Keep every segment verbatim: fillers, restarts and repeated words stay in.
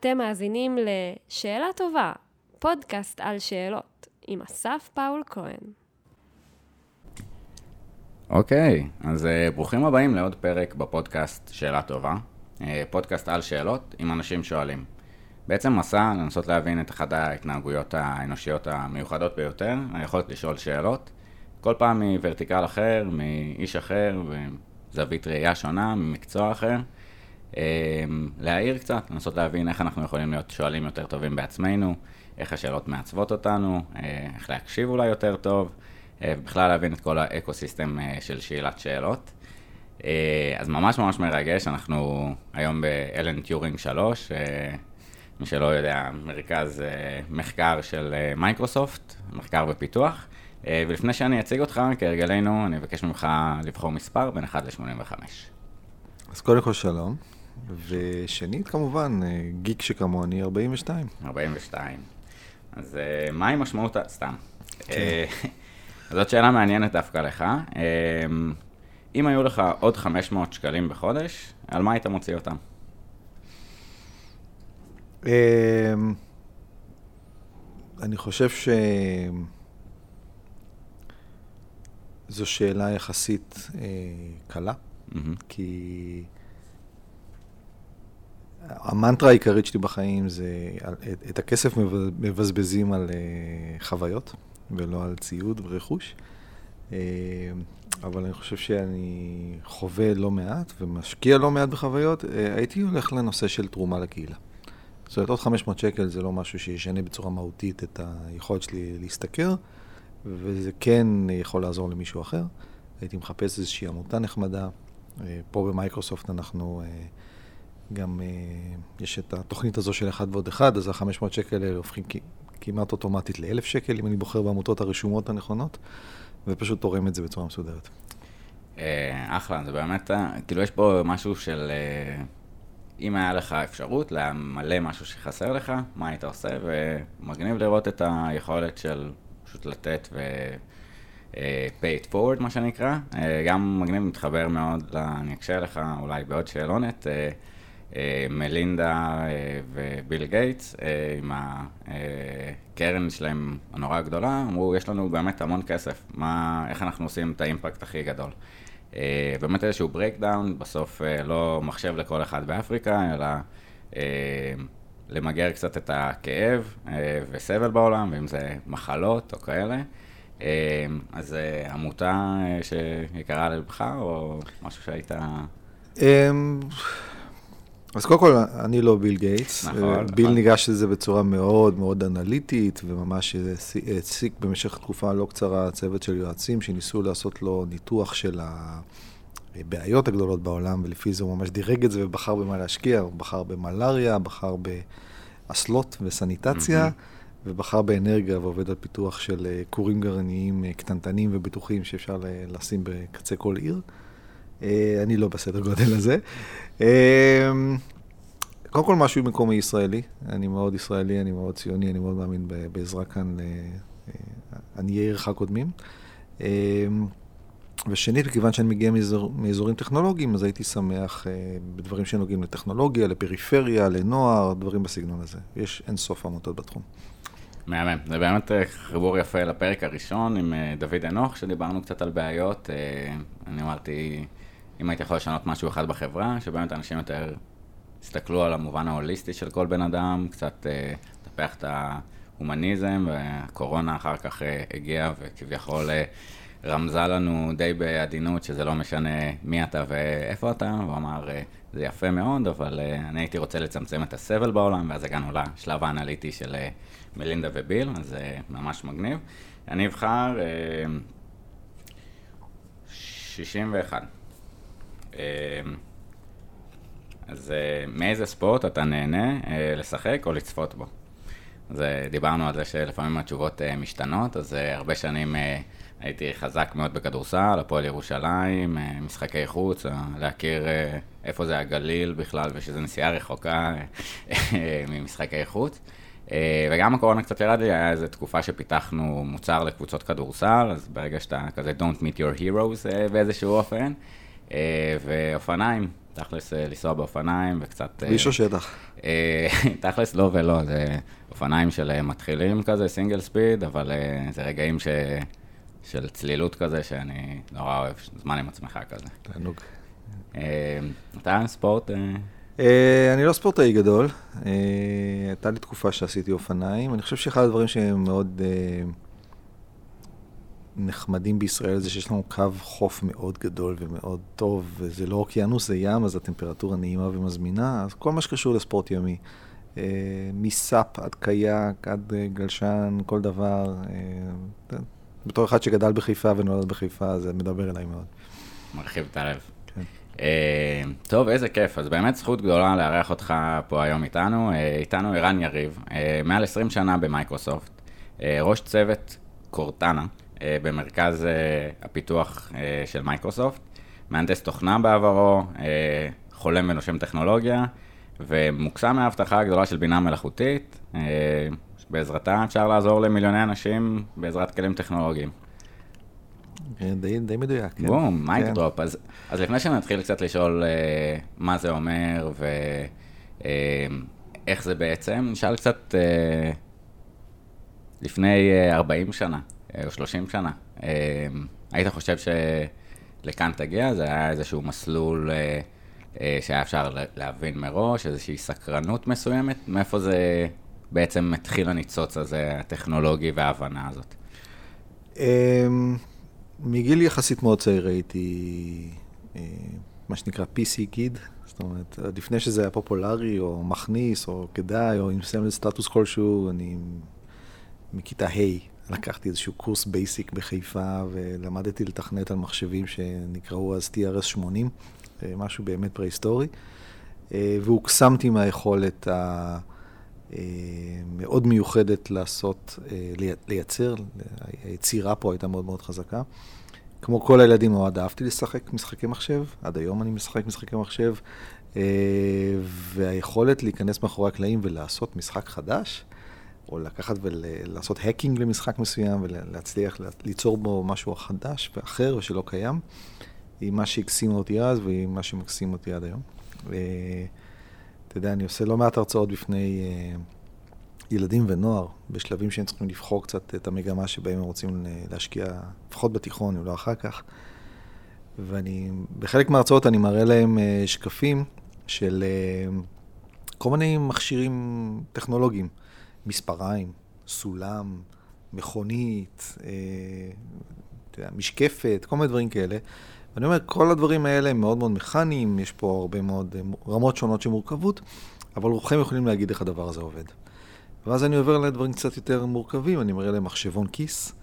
אתם מאזינים לשאלה טובה, פודקאסט על שאלות, עם אסף פאול כהן. אוקיי, אז ברוכים הבאים לעוד פרק בפודקאסט שאלה טובה, פודקאסט על שאלות עם אנשים שואלים. בעצם מסע לנסות להבין את אחת ההתנהגויות האנושיות המיוחדות ביותר, היכולת לשאול שאלות, כל פעם מוורטיקל אחר, מאיש אחר, וזווית ראייה שונה, ממקצוע אחר. להעיר קצת, לנסות להבין איך אנחנו יכולים להיות שואלים יותר טובים בעצמנו, איך השאלות מעצבות אותנו, איך להקשיב אולי יותר טוב, ובכלל להבין את כל האקוסיסטם של שאלת שאלות. אז ממש ממש מרגש, אנחנו היום באלן טיורינג שלוש, מי שלא יודע, מרכז מחקר של מייקרוסופט, מחקר ופיתוח. ולפני שאני אציג אותך, כהרגלנו, אני אבקש ממך לבחור מספר בין אחד ל-שמונים וחמש. אז קודם כל שלום, ושנית כמובן, גיק שכמוני ארבעים ושתיים. ארבעים ושתיים. אז מהי משמעות, סתם. זאת שאלה מעניינת דווקא לך. אם היו לך עוד חמש מאות שקלים בחודש, על מה היית מוציא אותם? אני חושב שזו שאלה יחסית קלה, כי המנטרה העיקרית שלי בחיים זה את הכסף מבזבזים על חוויות ולא על ציוד ורכוש. אבל אני חושב שאני חווה לא מעט ומשקיע לא מעט בחוויות. הייתי הולך לנושא של תרומה לקהילה. זאת אומרת, עוד חמש מאות שקל זה לא משהו שישנה בצורה מהותית את היכולת שלי להסתכר, וזה כן יכול לעזור למישהו אחר. הייתי מחפש איזושהי עמותה נחמדה. פה במייקרוסופט אנחנו גם, יש את התוכנית הזו של אחד ועוד אחד, אז ה-חמש מאות שקל האלה הופכים כמעט אוטומטית ל-אלף שקל, אם אני בוחר בעמותות הרשומות הנכונות, ופשוט תורם את זה בצורה מסודרת. אחלה, זה באמת, כאילו יש פה משהו של, אם היה לך אפשרות למלא משהו שחסר לך, מה היית עושה, ומגניב לראות את היכולת של פשוט לתת ו... pay it forward, מה שנקרא. גם מגניב מתחבר מאוד, אני אקשה לך אולי בעוד שאלונת, מלינדה וביל גייטס, עם הקרן שלהם הנורא הגדולה, אמרו, יש לנו באמת המון כסף, מה, איך אנחנו עושים את האימפקט הכי גדול. באמת איזשהו ברייקדאון, בסוף לא מחשב לכל אחד באפריקה, אלא למגר קצת את הכאב וסבל בעולם, ואם זה מחלות או כאלה. אז עמותה שיקרה ללבך, או משהו שהיית... אז קודם כל, אני לא ביל גייטס. ביל ניגש לזה בצורה מאוד מאוד אנליטית, וממש העסיק במשך תקופה לא קצרה צוות של יועצים, שניסו לעשות לו ניתוח של הבעיות הגדולות בעולם, ולפי זה הוא ממש דירג את זה ובחר במה להשקיע, הוא בחר במלריה, בחר באסלות וסניטציה, ובחר באנרגיה ועובד על פיתוח של כורים גרעיניים קטנטנים ובטוחים שאפשר לשים בקצה כל עיר. אני לא בסדר גודל הזה. קודם כל משהו מקומי ישראלי. אני מאוד ישראלי, אני מאוד ציוני, אני מאוד מאמין בעזרה כאן עניי עירך קודמים. ושנית, מכיוון שאני מגיע מאזור, מאזורים טכנולוגיים, אז הייתי שמח בדברים שנוגעים לטכנולוגיה, לפריפריה, לנוער, דברים בסגנון הזה. יש אין סוף עמותות בתחום. מהמם. זה באמת חיבור יפה לפרק הראשון עם דוד אנוך, שדיברנו קצת על בעיות. אני אמרתי, אם הייתי יכול לשנות משהו אחד בחברה, שבאמת אנשים יותר הסתכלו על המובן ההוליסטי של כל בן אדם, קצת לטפח את ההומניזם, והקורונה אחר כך הגיעה וכביכול רמזה לנו די בעדינות, שזה לא משנה מי אתה ואיפה אתה, והוא אמר, זה יפה מאוד, אבל אני הייתי רוצה לצמצם את הסבל בעולם, ואז הגענו לשלב האנליטי של מלינדה וביל, אז זה ממש מגניב. אני אבחר שישים ואחת. אז מאיזה ספורט אתה נהנה לשחק או לצפות בו? אז דיברנו על זה שלפעמים התשובות משתנות, אז הרבה שנים הייתי חזק מאוד בכדורסל, הפועל ירושלים, משחקי חוץ, להכיר איפה זה הגליל בכלל, ושזה נסיעה רחוקה ממשחקי חוץ. וגם הקורונה קצת ירד לי, היה איזו תקופה שפיתחנו מוצר לקבוצות כדורסל, אז ברגע שאתה כזה don't meet your heroes באיזשהו אופן, ואופניים, תכלס לנסוע באופניים וקצת... כביש או שטח? תכלס לא ולא, זה אופניים של מתחילים כזה, סינגל ספיד, אבל זה רגעים ש... של צלילות כזה, שאני נורא אוהב, זמן עם עצמך כזה. תענוג. אתה ספורט? אני לא ספורטאי גדול. הייתה לי תקופה שעשיתי אופניים. אני חושב שאחד הדברים שהם מאוד נחמדים בישראל זה שיש לנו קו חוף מאוד גדול ומאוד טוב, וזה לא אוקיינוס, זה ים, אז הטמפרטורה נעימה ומזמינה, אז כל מה שקשור לספורט ימי. מסאפ עד קייק, עד גלשן, כל דבר. בתור אחד שגדל בחיפה ונולד בחיפה, זה מדבר אליי מאוד. מרחיב את הלב. כן. טוב, איזה כיף. אז באמת זכות גדולה לארח אותך פה היום איתנו. איתנו ערן יריב, מעל עשרים שנה במייקרוסופט, ראש צוות קורטנה, במרכז הפיתוח של מייקרוסופט, מהנדס תוכנה בעברו, חולם ונושם טכנולוגיה, ומוקסם מההבטחה הגדולה של בינה מלאכותית, בעזרתה אפשר לעזור למיליוני אנשים בעזרת כלים טכנולוגיים. די, די מדויק. כן. בום, מייק כן. דרופ. אז, אז לפני שנתחיל קצת לשאול uh, מה זה אומר ואיך uh, זה בעצם, נשאל קצת uh, לפני uh, ארבעים שנה uh, או שלושים שנה. Uh, היית חושב שלכאן תגיע? זה היה איזשהו מסלול uh, uh, שהיה אפשר להבין מראש, איזושהי סקרנות מסוימת? מאיפה זה בעצם התחיל הניצוץ הזה, הטכנולוגי וההבנה הזאת? מגיל יחסית מאוד צעיר הייתי מה שנקרא פי סי קיד, זאת אומרת, לפני שזה היה פופולרי או מכניס או כדאי או עם סמל סטטוס כלשהו, אני מכיתה ה' לקחתי איזשהו קורס בייסיק בחיפה ולמדתי לתכנת על מחשבים שנקראו אז טי אר אס שמונים, משהו באמת פרה-היסטורי, והוקסמתי מהיכולת ה... מאוד מיוחדת לעשות, לייצר, היצירה פה הייתה מאוד מאוד חזקה. כמו כל הילדים מאוד אהבתי לשחק משחקי מחשב, עד היום אני משחק משחקי מחשב, והיכולת להיכנס מאחורי הקלעים ולעשות משחק חדש, או לקחת ולעשות האקינג למשחק מסוים ולהצליח ליצור בו משהו חדש ואחר ושלא קיים, היא מה שהקסים אותי אז והיא מה שמקסים אותי עד היום. אתה יודע, אני עושה לא מעט הרצאות בפני uh, ילדים ונוער, בשלבים שהם צריכים לבחור קצת את המגמה שבהם הם רוצים להשקיע, לפחות בתיכון, או לא אחר כך. ואני, בחלק מההרצאות אני מראה להם uh, שקפים של uh, כל מיני מכשירים טכנולוגיים, מספריים, סולם, מכונית, uh, אתה יודע, משקפת, כל מיני דברים כאלה. ואני אומר, כל הדברים האלה הם מאוד מאוד מכניים, יש פה הרבה מאוד רמות שונות של מורכבות, אבל רובכם יכולים להגיד איך הדבר הזה עובד. ואז אני עובר לדברים קצת יותר מורכבים, אני מראה להם מחשבון כיס,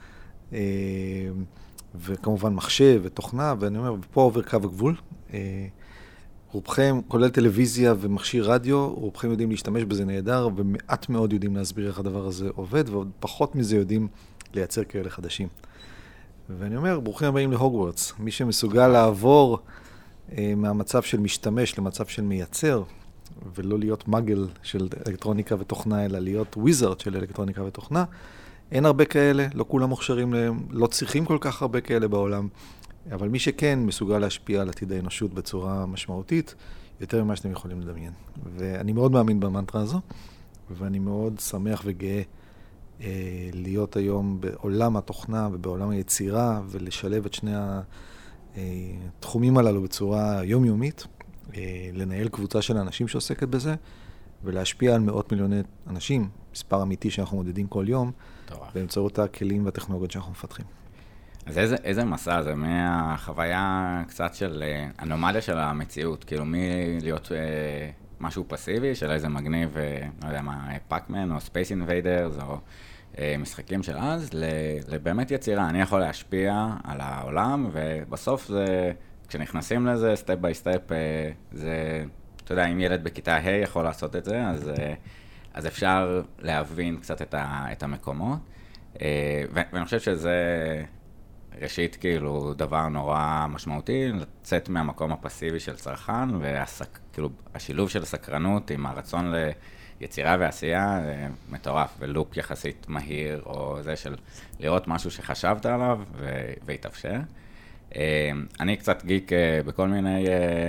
וכמובן מחשב ותוכנה, ואני אומר, ופה עובר קו הגבול. רובכם, כולל טלוויזיה ומכשיר רדיו, רובכם יודעים להשתמש בזה נהדר, ומעט מאוד יודעים להסביר איך הדבר הזה עובד, ועוד פחות מזה יודעים לייצר כאלה חדשים. ואני אומר, ברוכים הבאים להוגוורטס. מי שמסוגל לעבור אה, מהמצב של משתמש למצב של מייצר, ולא להיות מגל של אלקטרוניקה ותוכנה, אלא להיות וויזרד של אלקטרוניקה ותוכנה, אין הרבה כאלה, לא כולם מוכשרים להם, לא צריכים כל כך הרבה כאלה בעולם, אבל מי שכן מסוגל להשפיע על עתיד האנושות בצורה משמעותית, יותר ממה שאתם יכולים לדמיין. ואני מאוד מאמין במנטרה הזו, ואני מאוד שמח וגאה להיות היום בעולם התוכנה ובעולם היצירה, ולשלב את שני התחומים הללו בצורה יומיומית, לנהל קבוצה של אנשים שעוסקת בזה, ולהשפיע על מאות מיליוני אנשים, מספר אמיתי שאנחנו מודדים כל יום, באמצעות הכלים והטכנולוגיות שאנחנו מפתחים. אז איזה, איזה מסע זה? מהחוויה קצת של אנומליה של המציאות, כאילו מלהיות משהו פסיבי, של איזה מגניב, לא יודע מה, פאקמן או ספייס אינביידרס או משחקים של אז, לבאמת יצירה. אני יכול להשפיע על העולם, ובסוף זה, כשנכנסים לזה, סטפ ביי סטפ, זה, אתה יודע, אם ילד בכיתה ה' יכול לעשות את זה, אז, אז אפשר להבין קצת את, ה, את המקומות. ואני חושב שזה ראשית, כאילו, דבר נורא משמעותי, לצאת מהמקום הפסיבי של צרכן, וכאילו, השילוב של סקרנות עם הרצון ליצירה ועשייה, מטורף, ולופ יחסית מהיר, או זה של לראות משהו שחשבת עליו, והתאפשר. אני קצת גיק בכל מיני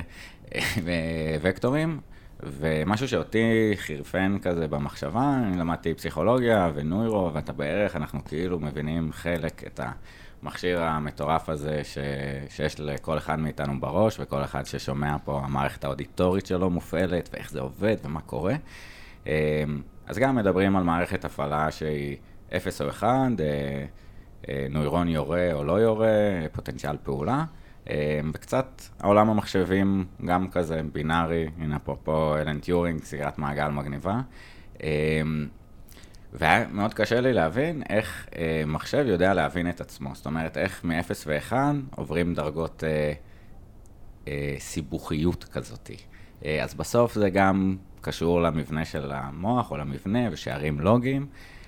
וקטורים, ומשהו שאותי חירפן כזה במחשבה, אני למדתי פסיכולוגיה ונוירו, ואתה בערך, אנחנו כאילו מבינים חלק את המכשיר המטורף הזה ש... שיש לכל אחד מאיתנו בראש, וכל אחד ששומע פה, המערכת האודיטורית שלו מופעלת, ואיך זה עובד ומה קורה. אז גם מדברים על מערכת הפעלה שהיא אפס או אחד, נוירון יורה או לא יורה, פוטנציאל פעולה. וקצת העולם המחשבים גם כזה בינארי, הנה פה פה אלן טיורינג, סגירת מעגל מגניבה. והיה מאוד קשה לי להבין איך מחשב יודע להבין את עצמו. זאת אומרת, איך מ-אפס ו-אחד עוברים דרגות סיבוכיות כזאת. אז בסוף זה גם קשור למבנה של המוח או למבנה ושערים לוגיים.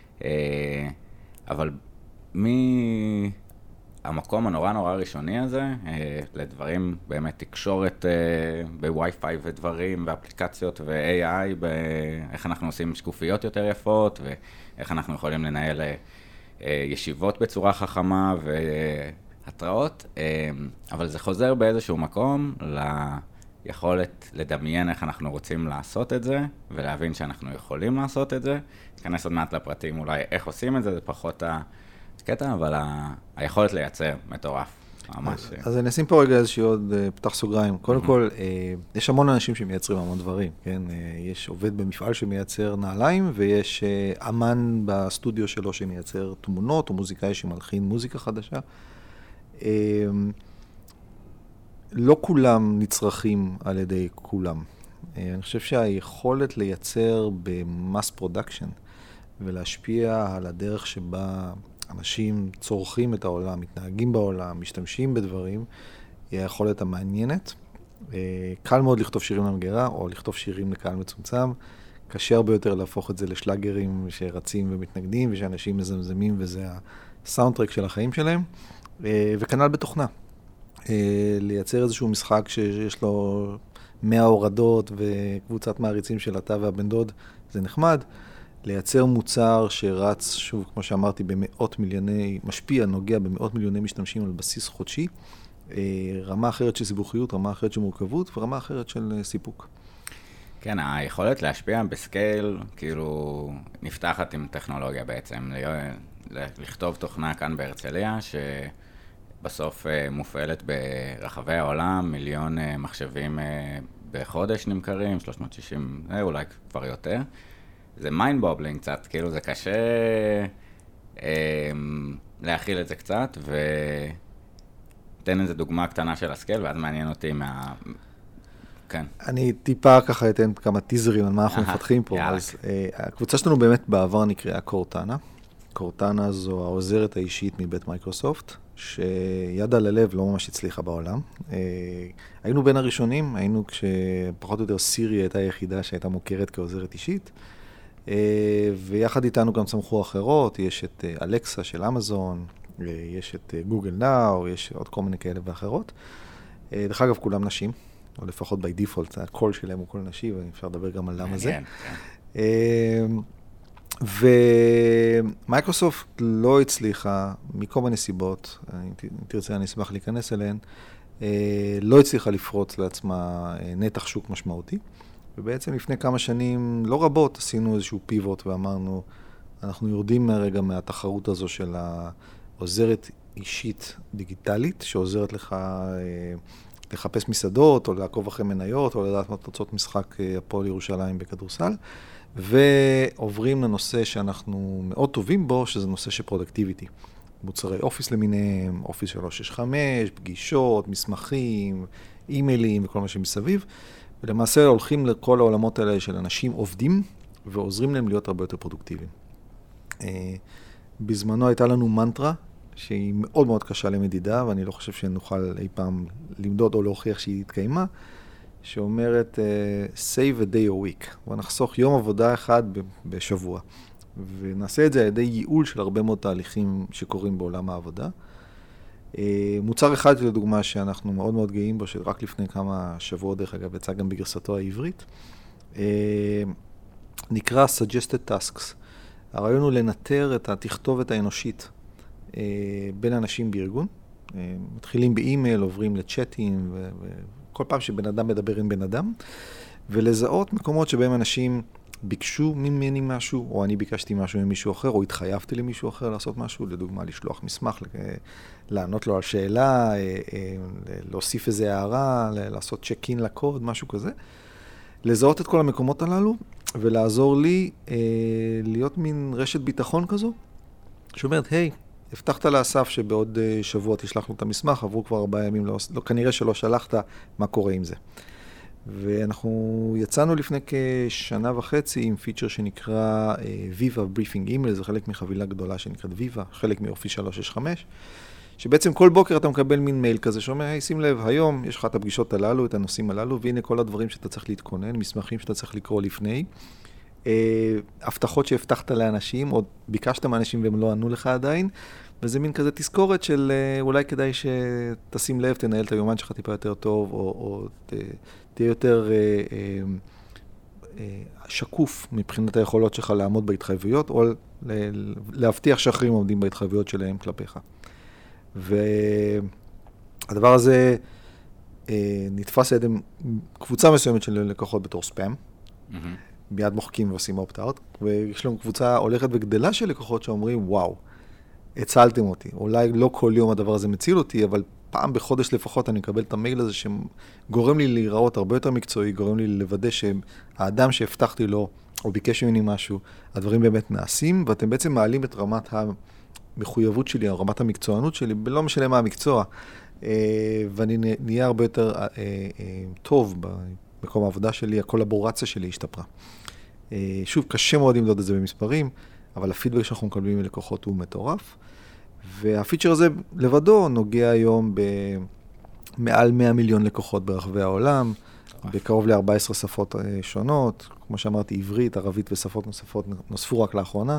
אבל מי... המקום הנורא נורא ראשוני הזה, לדברים באמת תקשורת בווי-פיי ודברים, ואפליקציות ו-איי איי, איך אנחנו עושים שקופיות יותר יפות, ואיך אנחנו יכולים לנהל ישיבות בצורה חכמה והתראות, אבל זה חוזר באיזשהו מקום ליכולת לדמיין איך אנחנו רוצים לעשות את זה, ולהבין שאנחנו יכולים לעשות את זה. נכנס עוד מעט לפרטים אולי איך עושים את זה, זה פחות ה... קטע, אבל ה... היכולת לייצר מטורף, ממש. אז אני אשים פה רגע איזושהי עוד פתח סוגריים. קודם כל, יש המון אנשים שמייצרים המון דברים, כן? יש עובד במפעל שמייצר נעליים, ויש אמן בסטודיו שלו שמייצר תמונות, או מוזיקאי שמלחין מוזיקה חדשה. לא כולם נצרכים על ידי כולם. אני חושב שהיכולת לייצר במס פרודקשן, ולהשפיע על הדרך שבה אנשים צורכים את העולם, מתנהגים בעולם, משתמשים בדברים, היא היכולת המעניינת. קל מאוד לכתוב שירים למגירה, או לכתוב שירים לקהל מצומצם. קשה הרבה יותר להפוך את זה לשלאגרים שרצים ומתנגדים, ושאנשים מזמזמים, וזה הסאונדטרק של החיים שלהם. וכנ"ל בתוכנה. לייצר איזשהו משחק שיש לו מאה הורדות, וקבוצת מעריצים של אתה והבן דוד, זה נחמד. לייצר מוצר שרץ, שוב, כמו שאמרתי, במאות מיליוני, משפיע, נוגע במאות מיליוני משתמשים על בסיס חודשי, רמה אחרת של סיבוכיות, רמה אחרת של מורכבות, ורמה אחרת של סיפוק. כן, היכולת להשפיע בסקייל, כאילו, נפתחת עם טכנולוגיה בעצם, לכתוב תוכנה כאן בהרצליה, שבסוף מופעלת ברחבי העולם, מיליון מחשבים בחודש נמכרים, שלוש מאות ושישים, אולי כבר יותר. זה מיינד בובלינג קצת, כאילו זה קשה אה, להכיל את זה קצת, ותן איזה דוגמה קטנה של הסקייל, ואז מעניין אותי מה... כן. אני טיפה ככה אתן כמה טיזרים על מה אנחנו מפתחים פה. אז, אה, הקבוצה שלנו באמת בעבר נקראה קורטנה. קורטנה זו העוזרת האישית מבית מייקרוסופט, שיד על הלב לא ממש הצליחה בעולם. אה, היינו בין הראשונים, היינו כשפחות או יותר סירי הייתה היחידה שהייתה מוכרת כעוזרת אישית, ויחד איתנו גם צמחו אחרות, יש את אלקסה של אמזון, יש את גוגל נאו, יש עוד כל מיני כאלה ואחרות. דרך אגב, כולם נשים, או לפחות by default, הקול שלהם הוא קול נשי, ואפשר לדבר גם על למה זה. ומייקרוסופט לא הצליחה, מכל מיני סיבות, אם תרצה אני אשמח להיכנס אליהן, לא הצליחה לפרוץ לעצמה נתח שוק משמעותי. ובעצם לפני כמה שנים, לא רבות, עשינו איזשהו פיבוט ואמרנו, אנחנו יורדים מהרגע מהתחרות הזו של העוזרת אישית דיגיטלית, שעוזרת לך אה, לחפש מסעדות, או לעקוב אחרי מניות, או לדעת מה תוצאות משחק הפועל ירושלים בכדורסל, ועוברים לנושא שאנחנו מאוד טובים בו, שזה נושא של פרודקטיביטי. מוצרי אופיס למיניהם, אופיס שלוש שש חמש, פגישות, מסמכים, אימיילים וכל מה שמסביב. ולמעשה הולכים לכל העולמות האלה של אנשים עובדים, ועוזרים להם להיות הרבה יותר פרודוקטיביים. בזמנו הייתה לנו מנטרה, שהיא מאוד מאוד קשה למדידה, ואני לא חושב שנוכל אי פעם למדוד או להוכיח שהיא התקיימה, שאומרת, save a day a week. ונחסוך יום עבודה אחד בשבוע. ונעשה את זה על ידי ייעול של הרבה מאוד תהליכים שקורים בעולם העבודה. מוצר אחד לדוגמה שאנחנו מאוד מאוד גאים בו, שרק לפני כמה שבועות דרך אגב יצא גם בגרסתו העברית, נקרא Suggested Tasks. הרעיון הוא לנטר את התכתובת האנושית בין אנשים בארגון. מתחילים באימייל, עוברים לצ'אטים כל פעם שבן אדם מדבר עם בן אדם, ולזהות מקומות שבהם אנשים ביקשו ממני משהו, או אני ביקשתי משהו ממישהו אחר, או התחייבתי למישהו אחר לעשות משהו, לדוגמה, לשלוח מסמך, לענות לו על שאלה, להוסיף איזו הערה, לעשות צ'ק-אין לקוד, משהו כזה. לזהות את כל המקומות הללו, ולעזור לי להיות מין רשת ביטחון כזו, שאומרת, היי, הבטחת לאסף שבעוד שבוע תשלח לו את המסמך, עברו כבר ארבעה ימים, לא, לא, כנראה שלא שלחת, מה קורה עם זה. ואנחנו יצאנו לפני כשנה וחצי עם פיצ'ר שנקרא ויבה בריפינג אימייל, זה חלק מחבילה גדולה שנקראת ויבה, חלק מאופיס שלוש שש חמש, שבעצם כל בוקר אתה מקבל מין מייל כזה שאומר, היי, שים לב, היום יש לך את הפגישות הללו, את הנושאים הללו, והנה כל הדברים שאתה צריך להתכונן, מסמכים שאתה צריך לקרוא לפני, הבטחות שהבטחת לאנשים, או ביקשת מאנשים והם לא ענו לך עדיין, וזה מין כזה תזכורת של אולי כדאי שתשים לב, תנהל את היומן שלך טיפה יותר טוב, או, או ת, תהיה יותר אה, אה, אה, שקוף מבחינת היכולות שלך לעמוד בהתחייבויות, או להבטיח שאחרים עומדים בהתחייבויות שלהם כלפיך. והדבר הזה אה, נתפס על ידי קבוצה מסוימת של לקוחות בתור ספאם, mm-hmm. מיד מוחקים ועושים אופט-אאוט, ויש לנו קבוצה הולכת וגדלה של לקוחות שאומרים, וואו, הצלתם אותי. אולי לא כל יום הדבר הזה מציל אותי, אבל פעם בחודש לפחות אני מקבל את המייל הזה שגורם לי להיראות הרבה יותר מקצועי, גורם לי לוודא שהאדם שהבטחתי לו, או ביקש ממני משהו, הדברים באמת נעשים, ואתם בעצם מעלים את רמת המחויבות שלי, או רמת המקצוענות שלי, לא משנה מה המקצוע, ואני נהיה הרבה יותר טוב במקום העבודה שלי, הקולבורציה שלי השתפרה. שוב, קשה מאוד למדוד את זה במספרים, אבל הפידבק שאנחנו מקבלים מלקוחות הוא מטורף, והפיצ'ר הזה לבדו נוגע היום במעל מאה מיליון לקוחות ברחבי העולם, בקרוב ל-ארבע עשרה שפות שונות, כמו שאמרתי, עברית, ערבית ושפות נוספות נוספו רק לאחרונה,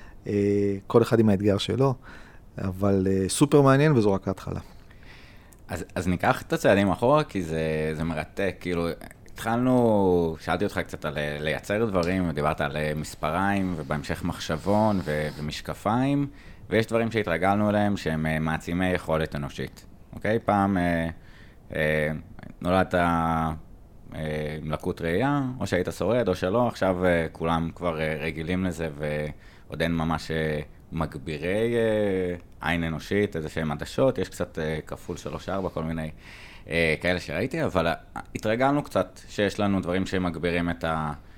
כל אחד עם האתגר שלו, אבל סופר מעניין וזו רק ההתחלה. אז, אז ניקח את הצעדים אחורה, כי זה, זה מרתק, כאילו, התחלנו, שאלתי אותך קצת על לייצר דברים, ודיברת על מספריים, ובהמשך מחשבון ו- ומשקפיים, ויש דברים שהתרגלנו אליהם שהם מעצימי יכולת אנושית. אוקיי? פעם אה, אה, נולדת אה, עם לקות ראייה, או שהיית שורד או שלא, עכשיו אה, כולם כבר אה, רגילים לזה, ועוד אין ממש אה, מגבירי אה, עין אנושית, איזה שהם עדשות, יש קצת אה, כפול שלוש ארבע, כל מיני אה, כאלה שראיתי, אבל אה, התרגלנו קצת שיש לנו דברים שמגבירים את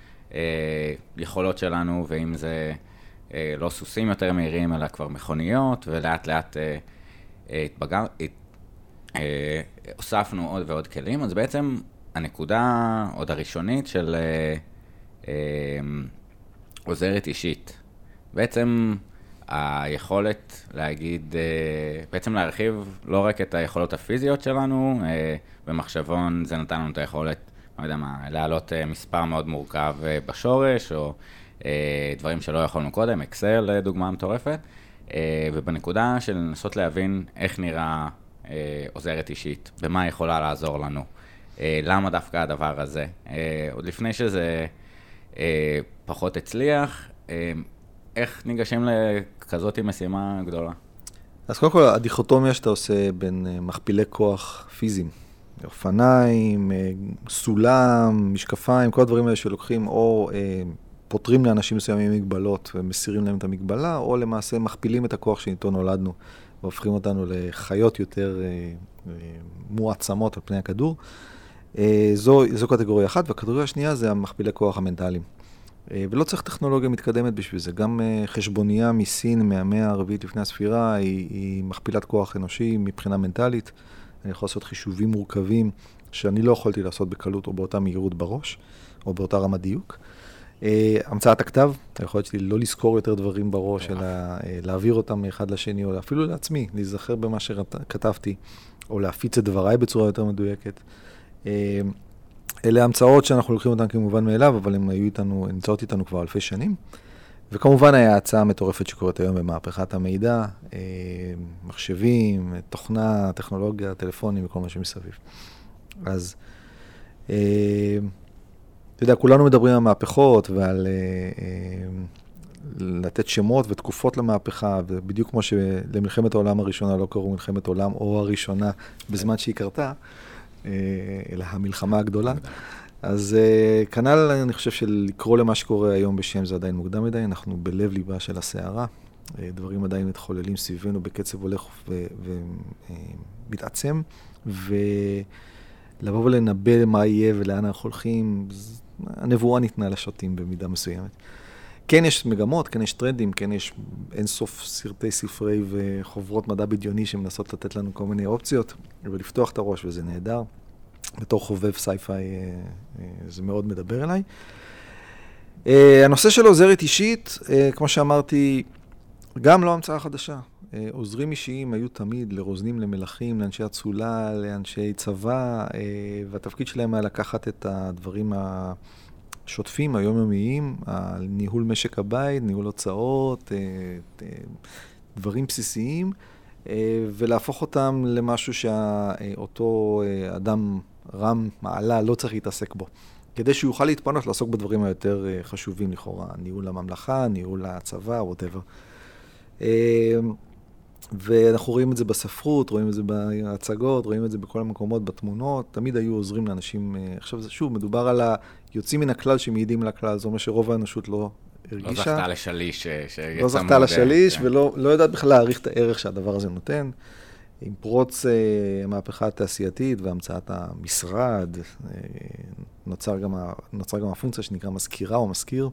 היכולות שלנו, ואם זה לא סוסים יותר מהירים, אלא כבר מכוניות, ולאט לאט אה, אה, התבגר, הת, אה, הוספנו עוד ועוד כלים, אז בעצם הנקודה עוד הראשונית של אה, אה, עוזרת אישית. בעצם היכולת להגיד, אה, בעצם להרחיב לא רק את היכולות הפיזיות שלנו, אה, במחשבון זה נתן לנו את היכולת, לא יודע מה, להעלות אה, מספר מאוד מורכב אה, בשורש, או דברים שלא יכולנו קודם, אקסל, דוגמה מטורפת, ובנקודה של לנסות להבין איך נראה עוזרת אישית, ומה יכולה לעזור לנו, למה דווקא הדבר הזה. עוד לפני שזה פחות הצליח, איך ניגשים לכזאת משימה גדולה? אז קודם כל, הדיכוטומיה שאתה עושה בין מכפילי כוח פיזיים, אופניים, סולם, משקפיים, כל הדברים האלה שלוקחים או פותרים לאנשים מסוימים מגבלות ומסירים להם את המגבלה, או למעשה מכפילים את הכוח שאיתו נולדנו, והופכים אותנו לחיות יותר מועצמות על פני הכדור. זו, זו קטגוריה אחת, והקטגוריה השנייה זה המכפילי כוח המנטליים. ולא צריך טכנולוגיה מתקדמת בשביל זה. גם חשבונייה מסין מהמאה הרביעית לפני הספירה, היא, היא מכפילת כוח אנושי מבחינה מנטלית. אני יכול לעשות חישובים מורכבים שאני לא יכולתי לעשות בקלות או באותה מהירות בראש, או באותה רמת דיוק. המצאת הכתב, היכולת שלי לא לזכור יותר דברים בראש, אלא להעביר אותם מאחד לשני, או אפילו לעצמי, להיזכר במה שכתבתי, או להפיץ את דבריי בצורה יותר מדויקת. אלה המצאות שאנחנו לוקחים אותן כמובן מאליו, אבל הן היו איתנו, נמצאות איתנו כבר אלפי שנים. וכמובן היה ההצעה המטורפת שקורית היום במהפכת המידע, מחשבים, תוכנה, טכנולוגיה, טלפונים וכל מה שמסביב. אז אתה יודע, כולנו מדברים על מהפכות ועל לתת שמות ותקופות למהפכה, ובדיוק כמו שלמלחמת העולם הראשונה לא קראו מלחמת עולם או הראשונה בזמן שהיא קרתה, אלא המלחמה הגדולה. אז כנ"ל, אני חושב שלקרוא למה שקורה היום בשם זה עדיין מוקדם מדי, אנחנו בלב ליבה של הסערה, דברים עדיין מתחוללים סביבנו בקצב הולך ומתעצם, ולבוא ולנבא מה יהיה ולאן אנחנו הולכים, הנבואה ניתנה לשוטים במידה מסוימת. כן יש מגמות, כן יש טרנדים, כן יש אינסוף סרטי ספרי וחוברות מדע בדיוני שמנסות לתת לנו כל מיני אופציות, ולפתוח את הראש, וזה נהדר. בתור חובב סייפיי זה מאוד מדבר אליי. הנושא של עוזרת אישית, כמו שאמרתי, גם לא המצאה חדשה. עוזרים אישיים היו תמיד לרוזנים, למלכים, לאנשי אצולה, לאנשי צבא, והתפקיד שלהם היה לקחת את הדברים השוטפים, היומיומיים, על ניהול משק הבית, ניהול הוצאות, דברים בסיסיים, ולהפוך אותם למשהו שאותו אדם רם מעלה לא צריך להתעסק בו. כדי שהוא יוכל להתפנות לעסוק בדברים היותר חשובים לכאורה, ניהול הממלכה, ניהול הצבא, whatever. ואנחנו רואים את זה בספרות, רואים את זה בהצגות, רואים את זה בכל המקומות, בתמונות, תמיד היו עוזרים לאנשים. עכשיו, שוב, מדובר על היוצאים מן הכלל שמעידים לכלל, זאת אומרת שרוב האנושות לא הרגישה. לא זכתה לשליש שיצא לא זכתה לשליש, ולא לא יודעת בכלל להעריך את הערך שהדבר הזה נותן. עם פרוץ המהפכה התעשייתית והמצאת המשרד, נוצר גם, נוצר גם הפונקציה שנקרא מזכירה או מזכיר,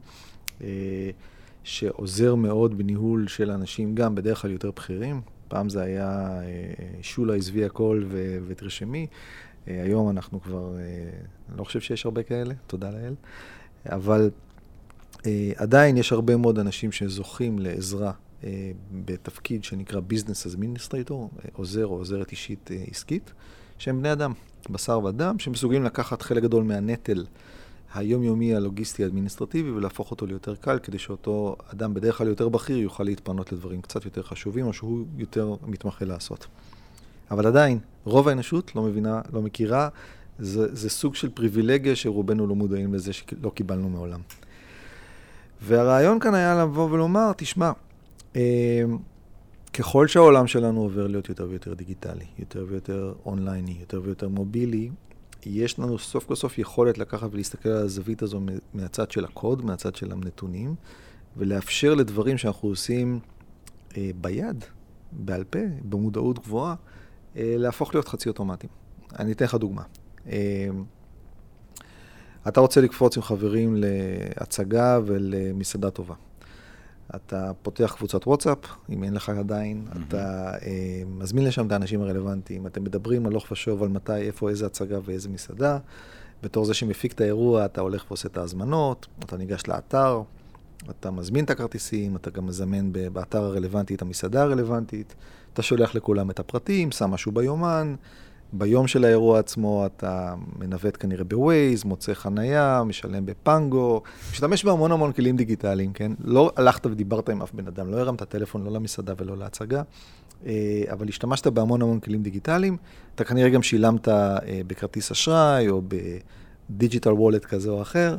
שעוזר מאוד בניהול של אנשים, גם בדרך כלל יותר בכירים. פעם זה היה שולה עזבי הכל ו- ותרשמי. היום אנחנו כבר, אני לא חושב שיש הרבה כאלה, תודה לאל. אבל עדיין יש הרבה מאוד אנשים שזוכים לעזרה בתפקיד שנקרא Business Administrator, עוזר או עוזרת אישית עסקית, שהם בני אדם, בשר ודם, שמסוגלים לקחת חלק גדול מהנטל היומיומי, הלוגיסטי, האדמיניסטרטיבי, ולהפוך אותו ליותר קל, כדי שאותו אדם בדרך כלל יותר בכיר יוכל להתפנות לדברים קצת יותר חשובים, או שהוא יותר מתמחה לעשות. אבל עדיין, רוב האנושות לא מבינה, לא מכירה, זה, זה סוג של פריבילגיה שרובנו לא מודעים לזה שלא קיבלנו מעולם. והרעיון כאן היה לבוא ולומר, תשמע, אה, ככל שהעולם שלנו עובר להיות יותר ויותר דיגיטלי, יותר ויותר אונלייני, יותר ויותר מובילי, יש לנו סוף כל סוף יכולת לקחת ולהסתכל על הזווית הזו מהצד של הקוד, מהצד של הנתונים, ולאפשר לדברים שאנחנו עושים אה, ביד, בעל פה, במודעות גבוהה, אה, להפוך להיות חצי אוטומטיים. אני אתן לך דוגמה. אה, אתה רוצה לקפוץ עם חברים להצגה ולמסעדה טובה. אתה פותח קבוצת וואטסאפ, אם אין לך עדיין, mm-hmm. אתה אה, מזמין לשם את האנשים הרלוונטיים, אתם מדברים הלוך ושוב על מתי, איפה, איזה הצגה ואיזה מסעדה. בתור זה שמפיק את האירוע, אתה הולך ועושה את ההזמנות, אתה ניגש לאתר, אתה מזמין את הכרטיסים, אתה גם מזמן באתר הרלוונטי את המסעדה הרלוונטית, אתה שולח לכולם את הפרטים, שם משהו ביומן, ביום של האירוע עצמו אתה מנווט כנראה בווייז, מוצא חנייה, משלם בפנגו, משתמש בהמון המון כלים דיגיטליים, כן? לא הלכת ודיברת עם אף בן אדם, לא הרמת טלפון, לא למסעדה ולא להצגה, אבל השתמשת בהמון המון כלים דיגיטליים, אתה כנראה גם שילמת בכרטיס אשראי או בדיג'יטל וולט כזה או אחר,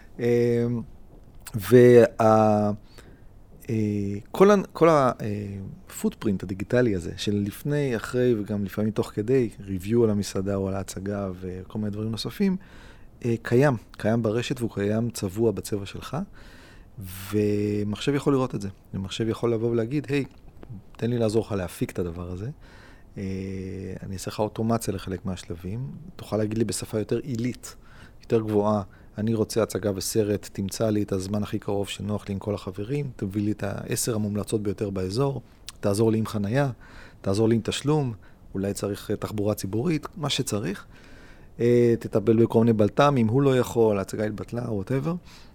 וה... כל, כל הפוטפרינט הדיגיטלי הזה, של לפני, אחרי וגם לפעמים תוך כדי, ריוויו על המסעדה או על ההצגה וכל מיני דברים נוספים, קיים, קיים ברשת והוא קיים צבוע בצבע שלך, ומחשב יכול לראות את זה. ומחשב יכול לבוא ולהגיד, היי, תן לי לעזור לך להפיק את הדבר הזה, אני אעשה לך אוטומציה לחלק מהשלבים, תוכל להגיד לי בשפה יותר עילית, יותר גבוהה, אני רוצה הצגה וסרט, תמצא לי את הזמן הכי קרוב שנוח לי עם כל החברים, תביא לי את העשר המומלצות ביותר באזור, תעזור לי עם חנייה, תעזור לי עם תשלום, אולי צריך תחבורה ציבורית, מה שצריך. תטפל בכל מיני בלטם, אם הוא לא יכול, ההצגה התבטלה, או whatever.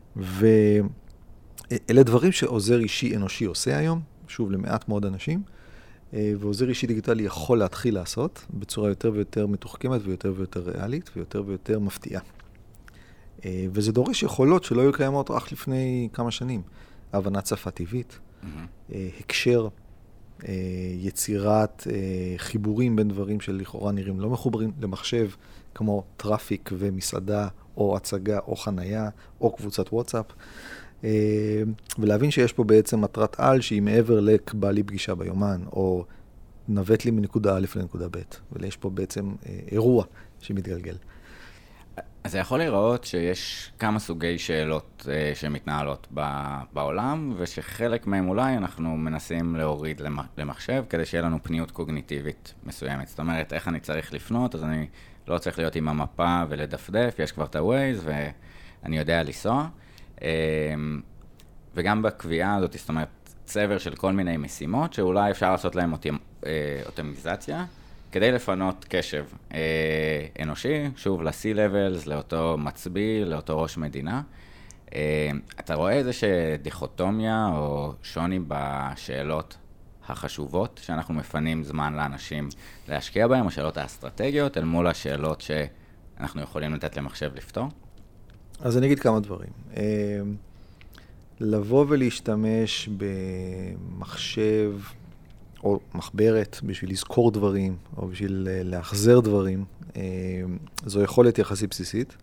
ואלה דברים שעוזר אישי אנושי עושה היום, שוב, למעט מאוד אנשים, ועוזר אישי דיגיטלי יכול להתחיל לעשות, בצורה יותר ויותר מתוחכמת ויותר ויותר ריאלית, ויותר ויותר מפתיעה. וזה דורש יכולות שלא היו קיימות רק לפני כמה שנים. הבנת שפה טבעית, mm-hmm. הקשר, יצירת חיבורים בין דברים שלכאורה נראים לא מחוברים למחשב, כמו טראפיק ומסעדה, או הצגה, או חנייה, או קבוצת וואטסאפ. ולהבין שיש פה בעצם מטרת על שהיא מעבר לקבע לי פגישה ביומן, או נווט לי מנקודה א' לנקודה ב'. ויש פה בעצם אירוע שמתגלגל. אז זה יכול לראות שיש כמה סוגי שאלות אה, שמתנהלות ב- בעולם, ושחלק מהם אולי אנחנו מנסים להוריד למחשב, כדי שיהיה לנו פניות קוגניטיבית מסוימת. זאת אומרת, איך אני צריך לפנות, אז אני לא צריך להיות עם המפה ולדפדף, יש כבר את ה-Waze ואני יודע לנסוע. אה, וגם בקביעה הזאת, זאת אומרת, צבר של כל מיני משימות, שאולי אפשר לעשות להם אוטי, אה, אוטומיזציה, כדי לפנות קשב אה, אנושי, שוב, ל-C-Levels, לאותו מצביא, לאותו ראש מדינה. אה, אתה רואה איזושהי דיכוטומיה או שוני בשאלות החשובות, שאנחנו מפנים זמן לאנשים להשקיע בהם, השאלות האסטרטגיות, אל מול השאלות שאנחנו יכולים לתת למחשב לפתור? אז אני אגיד כמה דברים. אה, לבוא ולהשתמש במחשב או מחברת בשביל לזכור דברים, או בשביל להחזר דברים, זו יכולת יחסית בסיסית,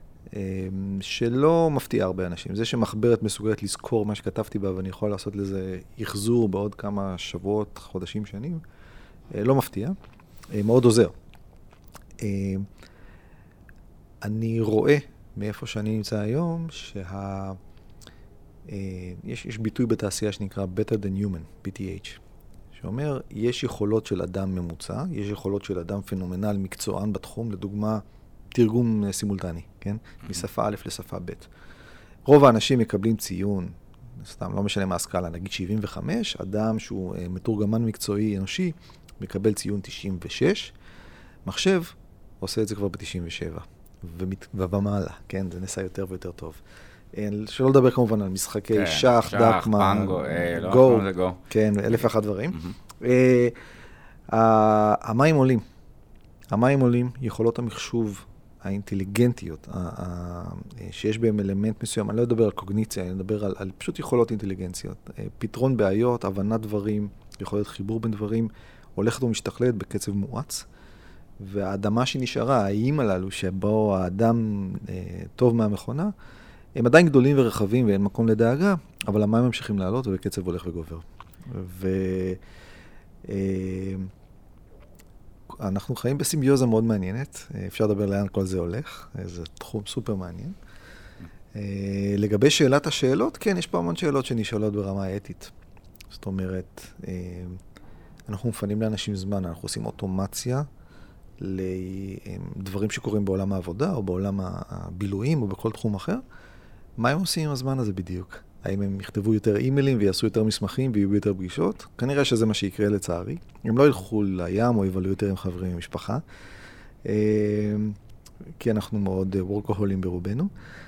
שלא מפתיע הרבה אנשים. זה שמחברת מסוגלת לזכור מה שכתבתי בה, ואני יכול לעשות לזה יחזור בעוד כמה שבועות, חודשים, שנים, לא מפתיע, מאוד עוזר. אני רואה מאיפה שאני נמצא היום, שה... יש, יש ביטוי בתעשייה שנקרא Better than Human, בי טי אייץ'. שאומר, יש יכולות של אדם ממוצע, יש יכולות של אדם פנומנל, מקצוען בתחום, לדוגמה, תרגום סימולטני, כן? משפה א' לשפה ב'. רוב האנשים מקבלים ציון, סתם, לא משנה מה הסקאלה, נגיד שבעים וחמש, אדם שהוא מתורגמן מקצועי אנושי, מקבל ציון תשעים ושש, מחשב עושה את זה כבר ב-תשעים ושבע, ובמעלה, כן? זה נעשה יותר ויותר טוב. שלא לדבר כמובן על משחקי כן, שח, שח, דקמן, פנגו, אה, לא, גו, זה גו. כן, אלף ואחת דברים. Mm-hmm. אה, המים עולים. המים עולים, יכולות המחשוב האינטליגנטיות, שיש בהם אלמנט מסוים, אני לא אדבר על קוגניציה, אני אדבר על, על פשוט יכולות אינטליגנציות. פתרון בעיות, הבנת דברים, יכול להיות חיבור בין דברים, הולכת ומשתכללת בקצב מואץ, והאדמה שנשארה, האיים הללו, שבו האדם אה, טוב מהמכונה, הם עדיין גדולים ורחבים ואין מקום לדאגה, אבל המים ממשיכים לעלות ובקצב הולך וגובר. ואנחנו חיים בסימביוזה מאוד מעניינת, אפשר לדבר לאן כל זה הולך, זה תחום סופר מעניין. לגבי שאלת השאלות, כן, יש פה המון שאלות שנשאלות ברמה האתית. זאת אומרת, אנחנו מפנים לאנשים זמן, אנחנו עושים אוטומציה לדברים שקורים בעולם העבודה או בעולם הבילויים או בכל תחום אחר. מה הם עושים עם הזמן הזה בדיוק? האם הם יכתבו יותר אימיילים ויעשו יותר מסמכים ויהיו יותר פגישות? כנראה שזה מה שיקרה לצערי. הם לא ילכו לים או יבלו יותר עם חברים ומשפחה, כי אנחנו מאוד וורקהולים ברובנו.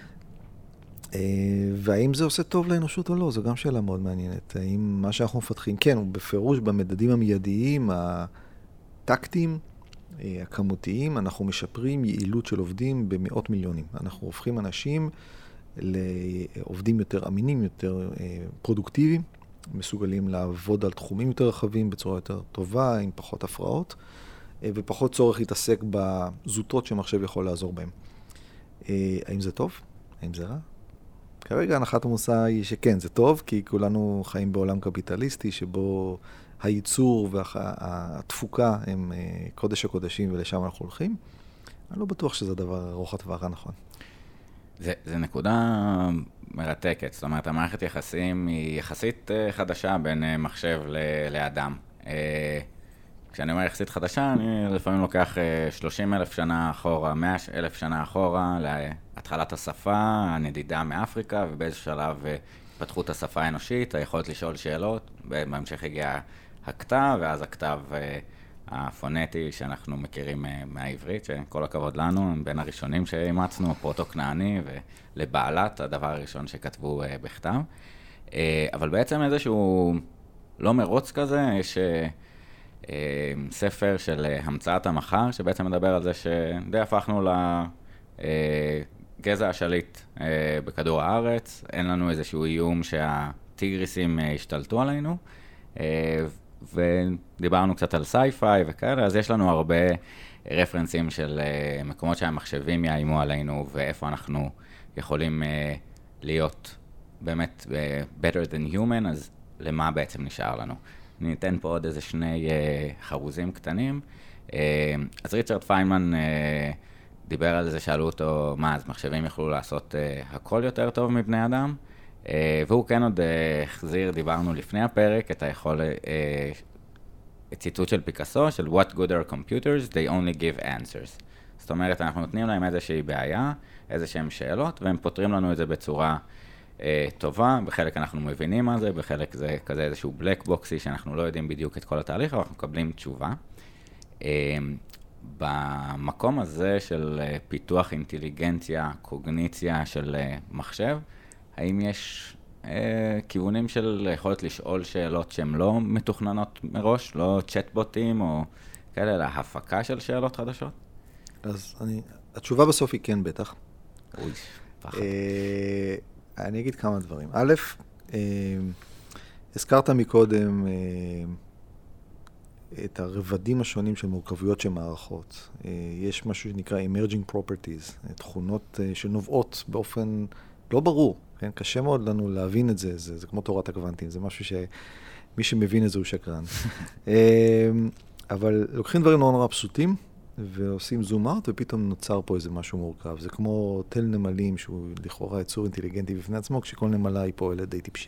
והאם זה עושה טוב לאנושות או לא? זו גם שאלה מאוד מעניינת. האם מה שאנחנו מפתחים, כן, הוא בפירוש במדדים המיידיים, הטקטיים, הכמותיים, אנחנו משפרים יעילות של עובדים במאות מיליונים. אנחנו הופכים אנשים לעובדים יותר אמינים, יותר פרודוקטיביים, מסוגלים לעבוד על תחומים יותר רחבים בצורה יותר טובה, עם פחות הפרעות, ופחות צורך להתעסק בזוטות שמחשב יכול לעזור בהם. האם זה טוב? האם זה רע? כרגע הנחת המושא היא שכן, זה טוב, כי כולנו חיים בעולם קפיטליסטי, שבו הייצור והתפוקה הם קודש הקודשים, ולשם אנחנו הולכים. אני לא בטוח שזה דבר ארוך הטווח הנכון. זה, זה נקודה מרתקת, זאת אומרת, המערכת יחסים היא יחסית חדשה בין מחשב ל- לאדם. כשאני אומר יחסית חדשה, אני לפעמים לוקח שלושים אלף שנה אחורה, מאה אלף שנה אחורה, להתחלת השפה, הנדידה מאפריקה, ובאיזה שלב התפתחות השפה האנושית, היכולת לשאול שאלות, בהמשך הגיע הכתב, ואז הכתב הפונטי שאנחנו מכירים מהעברית, שכל הכבוד לנו, הם בין הראשונים שאימצנו, הפרוטו-כנעני, ולבעלת, הדבר הראשון שכתבו בכתב. אבל בעצם איזשהו לא מרוץ כזה, יש ספר של המצאת המחר, שבעצם מדבר על זה שדי הפכנו לגזע השליט בכדור הארץ, אין לנו איזשהו איום שהטיגריסים השתלטו עלינו, ודיברנו קצת על סייפיי וכאלה, אז יש לנו הרבה רפרנסים של מקומות שהמחשבים יאיימו עלינו, ואיפה אנחנו יכולים להיות באמת better than human, אז למה בעצם נשאר לנו. אני אתן פה עוד איזה שני חרוזים קטנים. אז ריצ'רד פיינמן דיבר על זה, שאלו אותו, מה, אז מחשבים יכלו לעשות הכל יותר טוב מבני אדם? והוא כן עוד החזיר, דיברנו לפני הפרק, את היכול, ציטוט של פיקאסו, של What good are computers? They only give answers. זאת אומרת, אנחנו נותנים להם איזושהי בעיה, איזשהם שאלות, והם פותרים לנו את זה בצורה אה, טובה. בחלק אנחנו מבינים מה זה, בחלק זה כזה איזשהו בלק בוקסי, שאנחנו לא יודעים בדיוק את כל התהליך, אבל אנחנו מקבלים תשובה. אה, במקום הזה של אה, פיתוח אינטליגנציה, קוגניציה של אה, מחשב, האם יש אה, כיוונים של יכולת לשאול שאלות שהן לא מתוכננות מראש, לא צ'טבוטים או כאלה, אלא הפקה של שאלות חדשות? אז אני, התשובה בסוף היא כן בטח. אוי, פחד. אה, אני אגיד כמה דברים. א', אה, הזכרת מקודם אה, את הרבדים השונים של מורכבויות של מערכות. אה, יש משהו שנקרא emerging properties, תכונות אה, שנובעות באופן לא ברור. כן? קשה מאוד לנו להבין את זה, זה, זה כמו תורת הקוונטים, זה משהו שמי שמבין את זה הוא שקרן. אה, אבל לוקחים דברים נורא נורא פשוטים, ועושים זום אאוט, ופתאום נוצר פה איזה משהו מורכב. זה כמו תל נמלים, שהוא לכאורה יצור אינטליגנטי בפני עצמו, כשכל נמלה היא פועלת די טיפשה.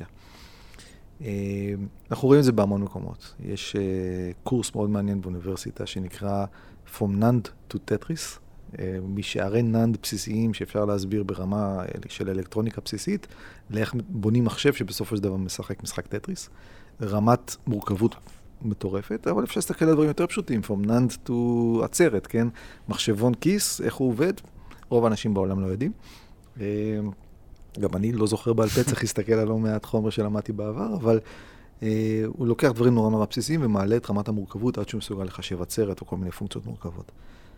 אנחנו רואים את זה בהמון מקומות. יש קורס מאוד מעניין באוניברסיטה, שנקרא From NAND to Tetris, משערי נאנד בסיסיים שאפשר להסביר ברמה של אלקטרוניקה בסיסית, לאיך בונים מחשב שבסופו של דבר משחק משחק טטריס. רמת מורכבות מטורפת, אבל אפשר להסתכל על דברים יותר פשוטים, From NAND to עצרת, כן? מחשבון כיס, איך הוא עובד, רוב האנשים בעולם לא יודעים. גם אני לא זוכר בעל פה, צריך להסתכל על לא מעט חומר שלמדתי בעבר, אבל הוא לוקח דברים נורא נורא בסיסיים ומעלה את רמת המורכבות עד שהוא מסוגל לחשב עצרת או כל מיני פונקציות מורכבות.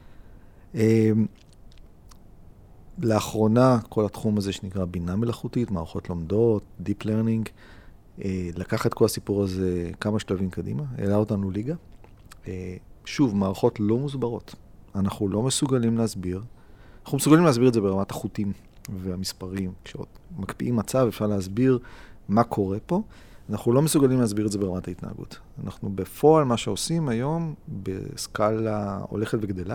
לאחרונה, כל התחום הזה שנקרא בינה מלאכותית, מערכות לומדות, Deep Learning, לקח את כל הסיפור הזה כמה שלבים קדימה, העלה אותנו ליגה. שוב, מערכות לא מוסברות. אנחנו לא מסוגלים להסביר. אנחנו מסוגלים להסביר את זה ברמת החוטים והמספרים. כשמקפיאים מצב, אפשר להסביר מה קורה פה. אנחנו לא מסוגלים להסביר את זה ברמת ההתנהגות. אנחנו בפועל מה שעושים היום, בסקאלה הולכת וגדלה,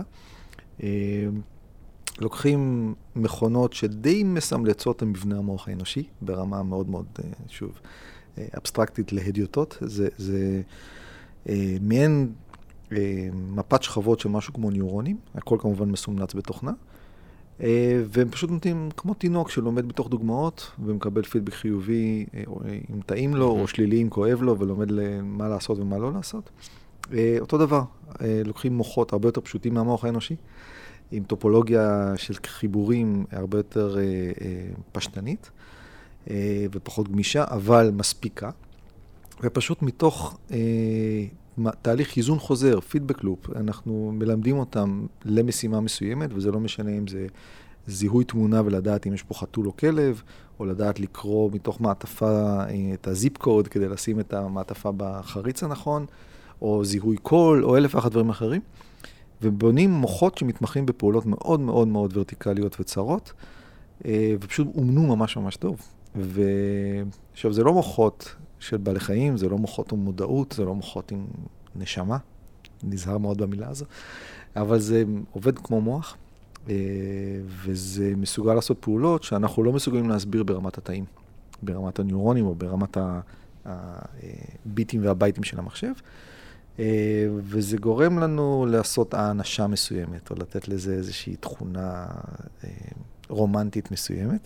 לוקחים מכונות שדי מסמלצות המבנה המוח האנושי, ברמה מאוד מאוד, שוב, אבסטרקטית להדיוטות. זה, זה אה, מעין אה, מפת שכבות של משהו כמו ניורונים, הכל כמובן מסומנץ בתוכנה, אה, והם פשוט נותנים כמו תינוק שלומד בתוך דוגמאות, ומקבל פידבק חיובי, אה, אם טעים לו, או שלילי אם כואב לו, ולומד מה לעשות ומה לא לעשות. אה, אותו דבר, אה, לוקחים מוחות הרבה יותר פשוטים מהמוח האנושי, עם טופולוגיה של חיבורים הרבה יותר אה, אה, פשטנית, ופחות גמישה, אבל מספיקה, ופשוט מתוך אה, תהליך איזון חוזר, פידבק לופ, אנחנו מלמדים אותם למשימה מסוימת, וזה לא משנה אם זה זיהוי תמונה ולדעת אם יש פה חתול או כלב, או לדעת לקרוא מתוך מעטפה את הזיפ קוד כדי לשים את המעטפה בחריץ הנכון, או זיהוי קול, או אלף ואחת דברים אחרים, ובונים מוחות שמתמחים בפעולות מאוד מאוד מאוד ורטיקליות וצרות, אה, ופשוט אומנו ממש ממש טוב. ועכשיו, זה לא מוחות של בעלי חיים, זה לא מוחות עם מודעות, זה לא מוחות עם נשמה, נזהר מאוד במילה הזו, אבל זה עובד כמו מוח, וזה מסוגל לעשות פעולות שאנחנו לא מסוגלים להסביר ברמת התאים, ברמת הניורונים או ברמת הביטים והבייטים של המחשב, וזה גורם לנו לעשות האנשה מסוימת, או לתת לזה איזושהי תכונה רומנטית מסוימת.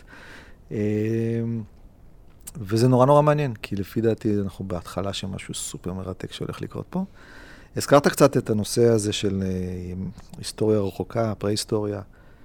וזה נורא נורא מעניין, כי לפי דעתי אנחנו בהתחלה שמשהו סופר מרתק שהולך לקרות פה. הזכרת קצת את הנושא הזה של היסטוריה רחוקה, פרה-היסטוריה.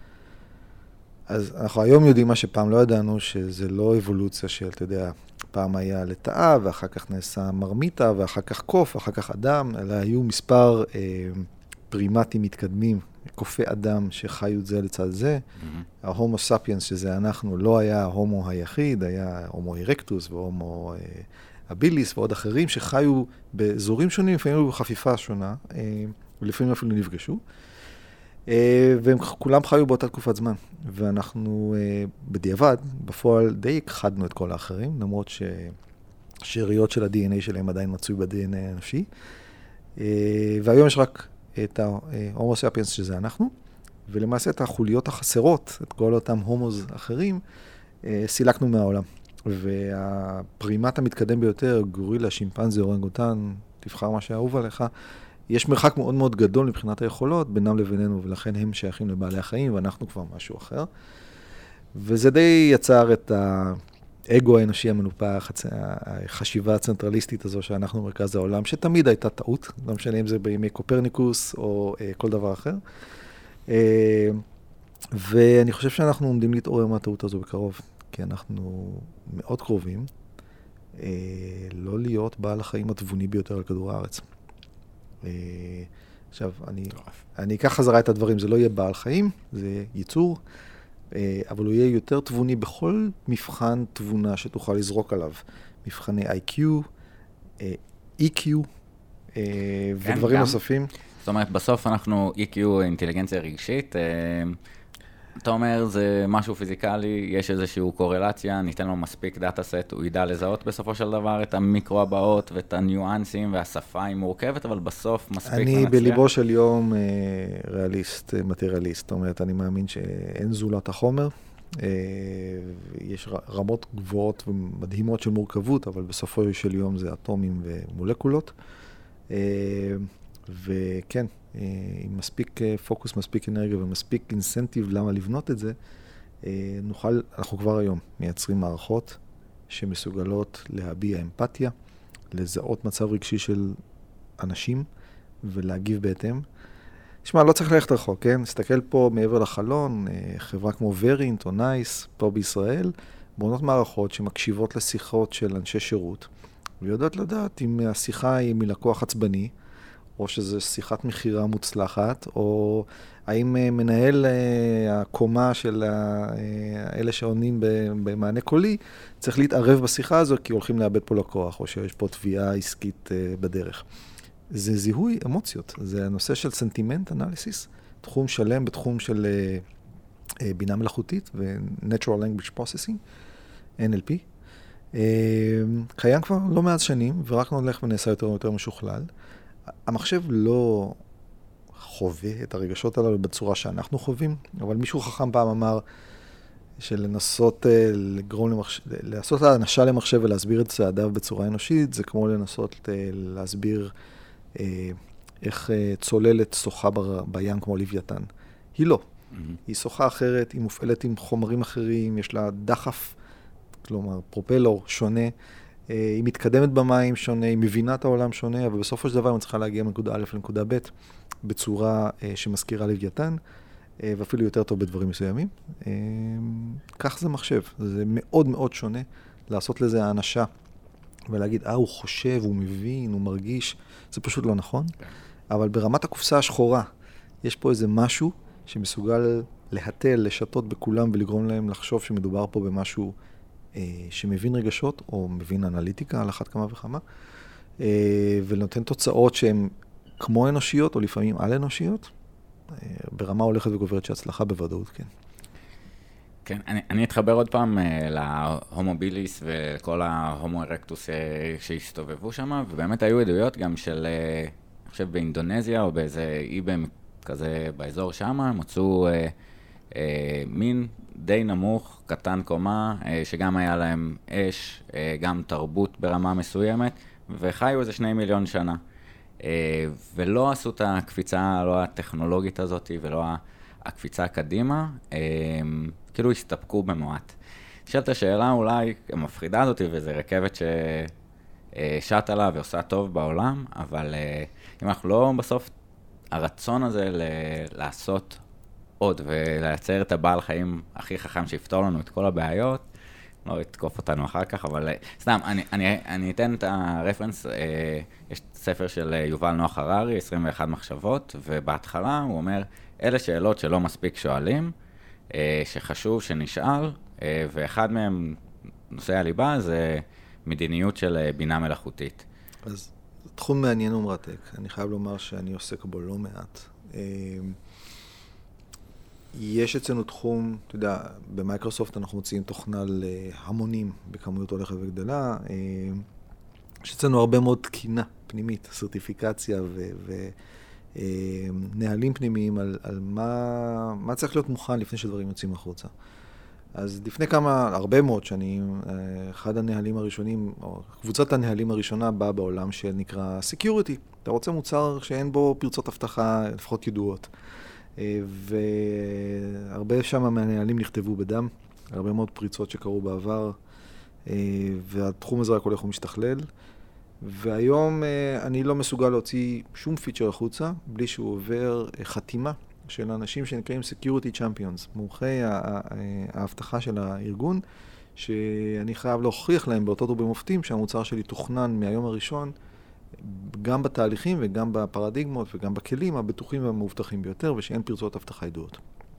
אז אנחנו היום יודעים מה שפעם לא ידענו, שזה לא אבולוציה של, אתה יודע, פעם היה לטאה, ואחר כך נעשה מרמיתה, ואחר כך קוף, ואחר כך אדם, אלא היו מספר אה, פרימטים מתקדמים, קופי אדם שחיו את זה לצד זה. Mm-hmm. ההומו ספיאנס, שזה אנחנו, לא היה ההומו היחיד, היה הומו אירקטוס והומו אה, הביליס ועוד אחרים שחיו באזורים שונים, לפעמים היו בחפיפה שונה, אה, ולפעמים אפילו נפגשו. אה, והם כולם חיו באותה תקופת זמן. ואנחנו אה, בדיעבד, בפועל די הכחדנו את כל האחרים, למרות ששאריות של ה-די אן איי שלהם עדיין מצוי ב-די אן איי האנושי. אה, והיום יש רק את ההומו ספיאנס שזה אנחנו, ולמעשה את החוליות החסרות, את כל אותם הומוז אחרים, סילקנו מהעולם. והפרימט המתקדם ביותר, גורילה, שימפנזי, אורנגוטן, תבחר מה שאהוב עליך, יש מרחק מאוד מאוד גדול מבחינת היכולות בינם לבינינו, ולכן הם שייכים לבעלי החיים, ואנחנו כבר משהו אחר. וזה די יצר את האגו האנושי המנופח, החשיבה הצנטרליסטית הזו שאנחנו מרכז העולם, שתמיד הייתה טעות, לא משנה אם זה בימי קופרניקוס או כל דבר אחר. ואני חושב שאנחנו עומדים להתעורר מהטעות הזו בקרוב, כי אנחנו מאוד קרובים לא להיות בעל החיים התבוני ביותר על כדור הארץ. עכשיו, אני, אני אקח חזרה את הדברים, זה לא יהיה בעל חיים, זה ייצור, אבל הוא יהיה יותר תבוני בכל מבחן תבונה שתוכל לזרוק עליו. מבחני איי קיו, אי קיו ודברים נוספים. זאת אומרת, בסוף אנחנו אי קיו אינטליגנציה רגשית, אתה אומר, זה משהו פיזיקלי, יש איזושהי קורלציה, ניתן לו מספיק דאטה סט, הוא ידע לזהות בסופו של דבר את המיקרו הבאות ואת הניואנסים, והשפה היא מורכבת, אבל בסוף מספיק אני מנצליח. בליבו של יום ריאליסט, מטריאליסט, זאת אומרת, אני מאמין שאין זולת החומר, יש רמות גבוהות ומדהימות של מורכבות, אבל בסופו של יום זה אטומים ומולקולות, וכן, עם מספיק פוקוס, מספיק אנרגיה ומספיק אינסנטיב למה לבנות את זה, נוכל, אנחנו כבר היום מייצרים מערכות שמסוגלות להביע אמפתיה, לזהות מצב רגשי של אנשים ולהגיב בהתאם. תשמע, לא צריך ללכת רחוק, כן? נסתכל פה מעבר לחלון, חברה כמו ורינט או נייס, פה בישראל, בונות מערכות שמקשיבות לשיחות של אנשי שירות, ויודעות לדעת אם השיחה היא מלקוח עצבני, או שזו שיחת מחירה מוצלחת, או האם מנהל הקומה של אלה שעונים במענה קולי, צריך להתערב בשיחה הזו, כי הולכים לאבד פה לקוח, או שיש פה תביעה עסקית בדרך. זה זיהוי אמוציות, זה הנושא של סנטימנט אנליסיס, תחום שלם בתחום של בינה מלאכותית ו-Natural Language Processing, אן אל פי. קיים כבר לא מעט שנים, ורק נולך ונעשה יותר ויותר משוכלל. המחשב לא חווה את הרגשות הללו בצורה שאנחנו חווים, אבל מישהו חכם פעם אמר שלנסות לגרום למחשב, לעשות האנשה למחשב ולהסביר את צעדיו בצורה אנושית, זה כמו לנסות להסביר איך צוללת שוחה בים כמו לוויתן. היא לא. Mm-hmm. היא שוחה אחרת, היא מופעלת עם חומרים אחרים, יש לה דחף, כלומר פרופלור שונה, היא מתקדמת במים שונה, היא מבינה את העולם שונה, אבל בסופו של דבר היא צריכה להגיע מנקודה א' לנקודה ב' בצורה שמזכירה לוויתן, ואפילו יותר טוב בדברים מסוימים. כך זה מחשב, זה מאוד מאוד שונה לעשות לזה האנשה, ולהגיד, אה, הוא חושב, הוא מבין, הוא מרגיש, זה פשוט לא נכון. אבל ברמת הקופסה השחורה, יש פה איזה משהו שמסוגל להתל, לשתות בכולם ולגרום להם לחשוב שמדובר פה במשהו שמבין רגשות, או מבין אנליטיקה על אחת כמה וכמה, ונותן תוצאות שהן כמו אנושיות, או לפעמים על אנושיות, ברמה הולכת וגוברת שהצלחה בוודאות, כן. כן, אני, אני אתחבר עוד פעם להומוביליס וכל ההומו ארקטוס שהסתובבו שם, ובאמת היו עדויות גם של, אני חושב באינדונזיה, או באיזה אי כזה באזור שם, מצאו אה, אה, מין די נמוך, קטן קומה, אה, שגם היה להם אש, אה, גם תרבות ברמה מסוימת, וחיו איזה שני מיליון שנה. אה, ולא עשו את הקפיצה, לא הטכנולוגית הזאת, ולא הקפיצה קדימה, אה, כאילו הסתפקו במועט. שאלת השאלה אולי המפחידה הזאת, וזה רכבת ששעת עלה ועושה טוב בעולם, אבל אה, אם אנחנו לא בסוף, הרצון הזה ל- לעשות עוד ולייצר את הבעל חיים הכי חכם שיפתור לנו את כל הבעיות, לא יתקוף אותנו אחר כך, אבל סתם, אני, אני, אני אתן את הרפרנס, אה, יש ספר של יובל נוח הררי, עשרים ואחת מחשבות, ובהתחלה הוא אומר, אלה שאלות שלא מספיק שואלים, אה, שחשוב שנשאל, אה, ואחד מהם, נושא הליבה, זה מדיניות של בינה מלאכותית. אז תחום מעניין ומרתק, אני חייב לומר שאני עוסק בו לא מעט. יש אצלנו תחום, אתה יודע, במייקרוסופט אנחנו מוציאים תוכנה להמונים בכמויות הולכת וגדלה. יש אצלנו הרבה מאוד תקינה פנימית, סרטיפיקציה נהלים פנימיים על, על מה, מה צריך להיות מוכן לפני שדברים יוצאים החוצה. אז לפני כמה, הרבה מאוד שנים, אחד הנהלים הראשונים, או קבוצת הנהלים הראשונה באה בעולם שנקרא Security. אתה רוצה מוצר שאין בו פרצות אבטחה, לפחות ידועות. והרבה שם מהנהלים נכתבו בדם, הרבה מאוד פריצות שקרו בעבר, והתחום הזה רק הולך ומשתכלל. והיום אני לא מסוגל להוציא שום פיצ'ר החוצה, בלי שהוא עובר חתימה של אנשים שנקראים Security Champions, מומחי ההבטחה של הארגון, שאני חייב להוכיח להם באותות ובמופתים שהמוצר שלי תוכנן מהיום הראשון, גם בתהליכים וגם בפרדיגמות וגם בכלים הבטוחים והמאובטחים ביותר, ושאין פרצות הבטחה ידועות.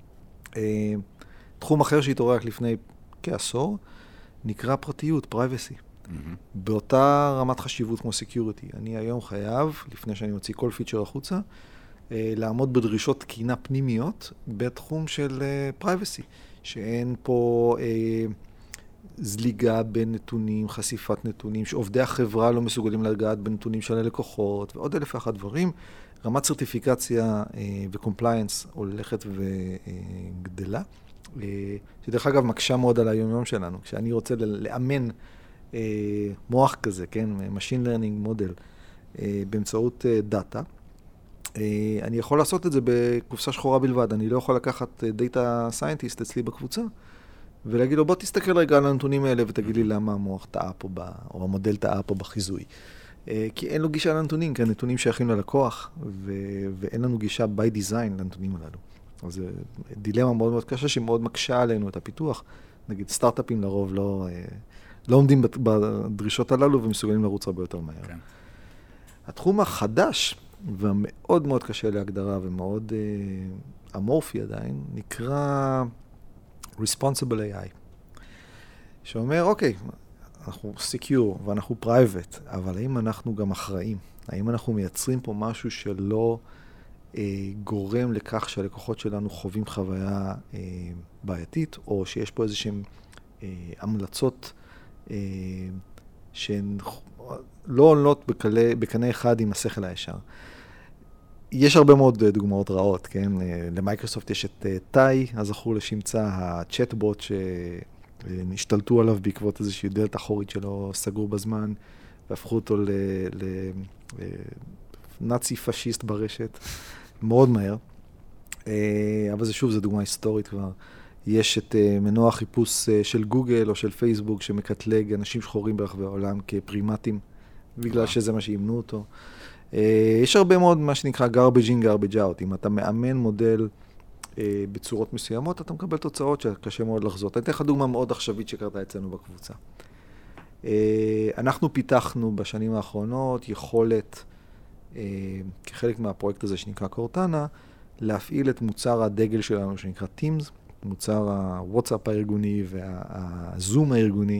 תחום אחר שהתעורר רק לפני כעשור, נקרא פרטיות, privacy. Mm-hmm. באותה רמת חשיבות כמו security. אני היום חייב, לפני שאני מוציא כל פיצ'ר החוצה, לעמוד בדרישות תקינה פנימיות בתחום של privacy, שאין פה אה, זליגה בנתונים, חשיפת נתונים, שעובדי החברה לא מסוגלים לגעת בנתונים של הלקוחות, ועוד אלף ואחת דברים. רמת סרטיפיקציה אה, וקומפליינס הולכת וגדלה, אה, שדרך אגב מקשה מאוד על היום-יום שלנו. כשאני רוצה לאמן אה, מוח כזה, כן, Machine Learning Model, אה, באמצעות אה, דאטה, אני יכול לעשות את זה בקופסה שחורה בלבד. אני לא יכול לקחת דאטה סיינטיסט אצלי בקבוצה, ולהגיד לו, בוא תסתכל רגע על הנתונים האלה ותגיד לי למה המוח טעה פה, ב, או המודל טעה פה בחיזוי. כי אין לו גישה לנתונים, כי הנתונים שייכים ללקוח, ו, ואין לנו גישה by design לנתונים הללו. אז זה דילמה מאוד מאוד קשה, שמאוד מקשה עלינו את הפיתוח. נגיד, סטארט-אפים לרוב לא, לא עומדים בדרישות הללו, ומסוגלים לרוץ הרבה יותר מהר. כן. התחום החדש, ומאוד מאוד קשה להגדרה ומאוד uh, אמורפי עדיין, נקרא Responsible איי איי. שאומר, אוקיי, אנחנו secure ואנחנו private, אבל האם אנחנו גם אחראים? האם אנחנו מייצרים פה משהו שלא uh, גורם לכך שהלקוחות שלנו חווים חוויה uh, בעייתית, או שיש פה איזשהם uh, המלצות uh, שהן לא עולות בקנה אחד עם השכל הישר. יש הרבה מאוד דוגמאות רעות, כן? למייקרוסופט יש את טאי, הזכור לשמצה, הצ'טבוט שנשתלטו עליו בעקבות איזושהי דלת אחורית שלו סגור בזמן, והפכו אותו לנאצי פשיסט ברשת, מאוד מהר. אבל זה שוב, זו דוגמה היסטורית כבר. יש את מנוע חיפוש של גוגל או של פייסבוק שמקטלג אנשים שחורים ברחבי העולם כפרימטים, בגלל שזה מה שימנו אותו. יש הרבה מאוד מה שנקרא garbage in, garbage out. אם אתה מאמן מודל בצורות מסוימות, אתה מקבל תוצאות שקשה מאוד לחזות. אני אתן לך דוגמה מאוד עכשווית שקרתה אצלנו בקבוצה. אנחנו פיתחנו בשנים האחרונות יכולת, כחלק מהפרויקט הזה שנקרא קורטנה, להפעיל את מוצר הדגל שלנו שנקרא Teams, מוצר הוואטסאפ הארגוני והזום הארגוני,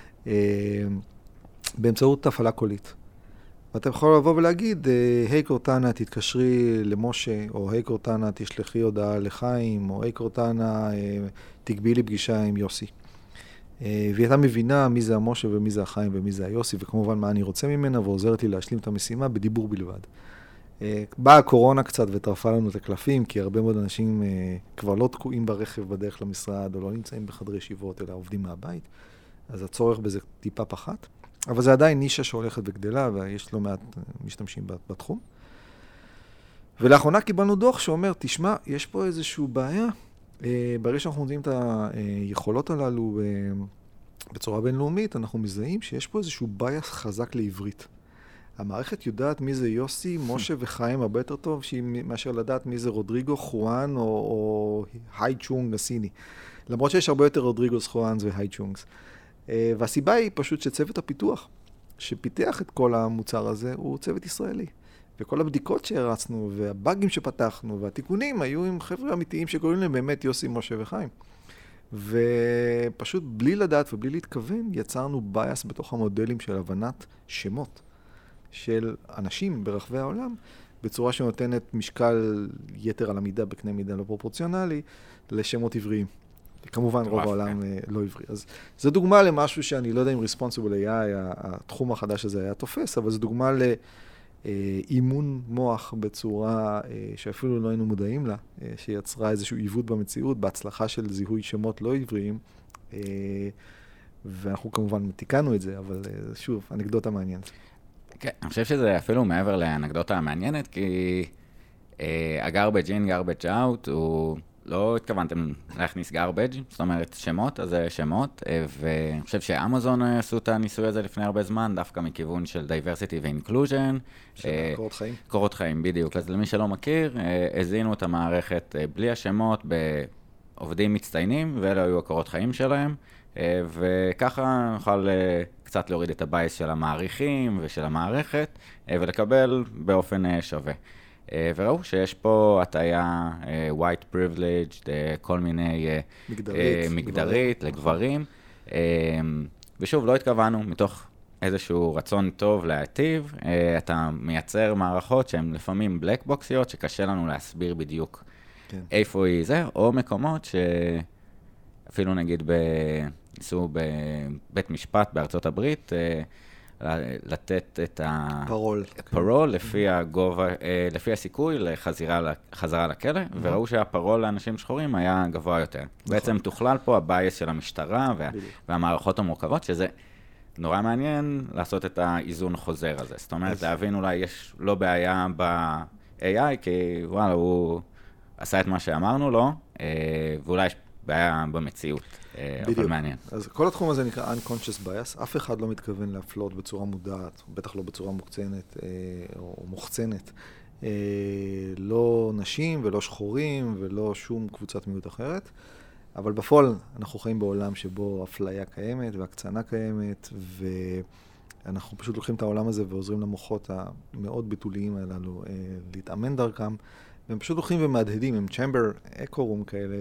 באמצעות הפעלה קולית. ואתה יכול לבוא ולהגיד, היי קורטנה, תתקשרי למשה, או היי קורטנה, תשלחי הודעה לחיים, או היי קורטנה, תקביעי לי פגישה עם יוסי. והיא הייתה מבינה מי זה המשה ומי זה החיים ומי זה היוסי, וכמובן מה אני רוצה ממנה, ועוזרת לי להשלים את המשימה בדיבור בלבד. באה הקורונה קצת וטרפה לנו את הקלפים, כי הרבה מאוד אנשים כבר לא תקועים ברכב בדרך למשרד, או לא נמצאים בחדרי ישיבות, אלא עובדים מהבית. אז הצורך בזה טיפה פחת. אבל זה עדיין נישה שהולכת וגדלה, ויש לא מעט משתמשים בתחום. ולאחרונה קיבלנו דוח שאומר, תשמע, יש פה איזושהי בעיה. ברגע שאנחנו מודעים את היכולות הללו בצורה בינלאומית, אנחנו מזהים שיש פה איזשהו בעיה חזק לעברית. המערכת יודעת מי זה יוסי, משה וחיים הרבה יותר טוב, מאשר לדעת מי זה רודריגו, חואן או, או היי צ'ונג הסיני. למרות שיש הרבה יותר רודריגוס, חואנס והי צ'ונגס. והסיבה היא פשוט שצוות הפיתוח שפיתח את כל המוצר הזה הוא צוות ישראלי. וכל הבדיקות שהרצנו והבאגים שפתחנו והתיקונים היו עם חבר'ה אמיתיים שקוראים להם באמת יוסי, משה וחיים. ופשוט בלי לדעת ובלי להתכוון יצרנו בייס בתוך המודלים של הבנת שמות של אנשים ברחבי העולם בצורה שנותנת משקל יתר על המידה בקנה מידה לא פרופורציונלי לשמות עבריים. כמובן רוב העולם לא עברי. אז זו דוגמה למשהו שאני לא יודע אם Responsible איי איי, התחום החדש הזה היה תופס, אבל זו דוגמה אימון מוח בצורה שאפילו לא היינו מודעים לה, שיצרה איזשהו עיוות במציאות, בהצלחה של זיהוי שמות לא עבריים, ואנחנו כמובן תיקנו את זה, אבל שוב, אנקדוטה מעניינת. כן, אני חושב שזה אפילו מעבר לאנקדוטה המעניינת, כי ה-garbage in, garbage out, הוא לא התכוונתם להכניס garbage, זאת אומרת שמות, אז זה שמות, ואני חושב שאמזון עשו את הניסוי הזה לפני הרבה זמן, דווקא מכיוון של diversity ו-inclusion. של קורות חיים. קורות חיים, בדיוק. אז למי שלא מכיר, הזינו את המערכת בלי השמות בעובדים מצטיינים, ואלה היו הקורות חיים שלהם, וככה נוכל קצת להוריד את הבייס של המעריכים ושל המערכת, ולקבל באופן שווה. וראו שיש פה הטיה white privileged, כל מיני מגדרית, מגדרית לגברים. ושוב, לא התכוונו מתוך איזשהו רצון טוב להיטיב. אתה מייצר מערכות שהן לפעמים בלק בוקסיות, שקשה לנו להסביר בדיוק כן. איפה היא זה, או מקומות שאפילו נגיד ניסו בבית משפט בארצות הברית, לתת את הפרול, פרול לפי הגובה, לפי הסיכוי לחזרה לכלא, וראו שהפרול לאנשים שחורים היה גבוה יותר. בעצם תוכלל פה הבייס של המשטרה והמערכות המורכבות, שזה נורא מעניין לעשות את האיזון חוזר הזה. זאת אומרת, להבין אולי יש לא בעיה ב-איי איי, כי וואלה, הוא עשה את מה שאמרנו לו, ואולי יש בעיה במציאות. אבל מעניין. אז כל התחום הזה נקרא unconscious bias, אף אחד לא מתכוון להפלות בצורה מודעת, בטח לא בצורה מוקצנת או מוחצנת, לא נשים ולא שחורים ולא שום קבוצת מיעוט אחרת, אבל בפועל אנחנו חיים בעולם שבו אפליה קיימת והקצנה קיימת, ואנחנו פשוט לוקחים את העולם הזה ועוזרים למוחות המאוד ביטוליים הללו להתאמן דרכם, והם פשוט הולכים ומהדהדים, הם צ'מבר, אקו-רום כאלה,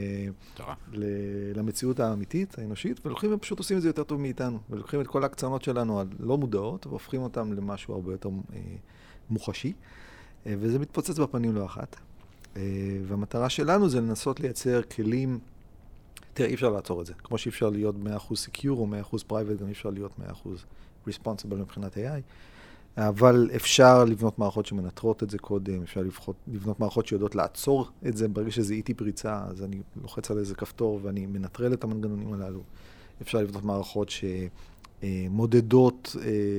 למציאות האמיתית, האנושית, ולוקחים ופשוט עושים את זה יותר טוב מאיתנו, ולוקחים את כל ההקצנות שלנו הלא מודעות, והופכים אותם למשהו הרבה יותר מוחשי, וזה מתפוצץ בפנים לא אחת. והמטרה שלנו זה לנסות לייצר כלים, תראה, אי אפשר לעצור את זה, כמו שאי אפשר להיות מאה אחוז secure או מאה אחוז private, גם אי אפשר להיות מאה אחוז responsible מבחינת איי איי, אבל אפשר לבנות מערכות שמנטרות את זה קודם, אפשר לבחות, לבנות מערכות שיודעות לעצור את זה, ברגע שזה איתי פריצה, אז אני לוחץ על איזה כפתור ואני מנטרל את המנגנונים הללו. אפשר לבנות מערכות שמודדות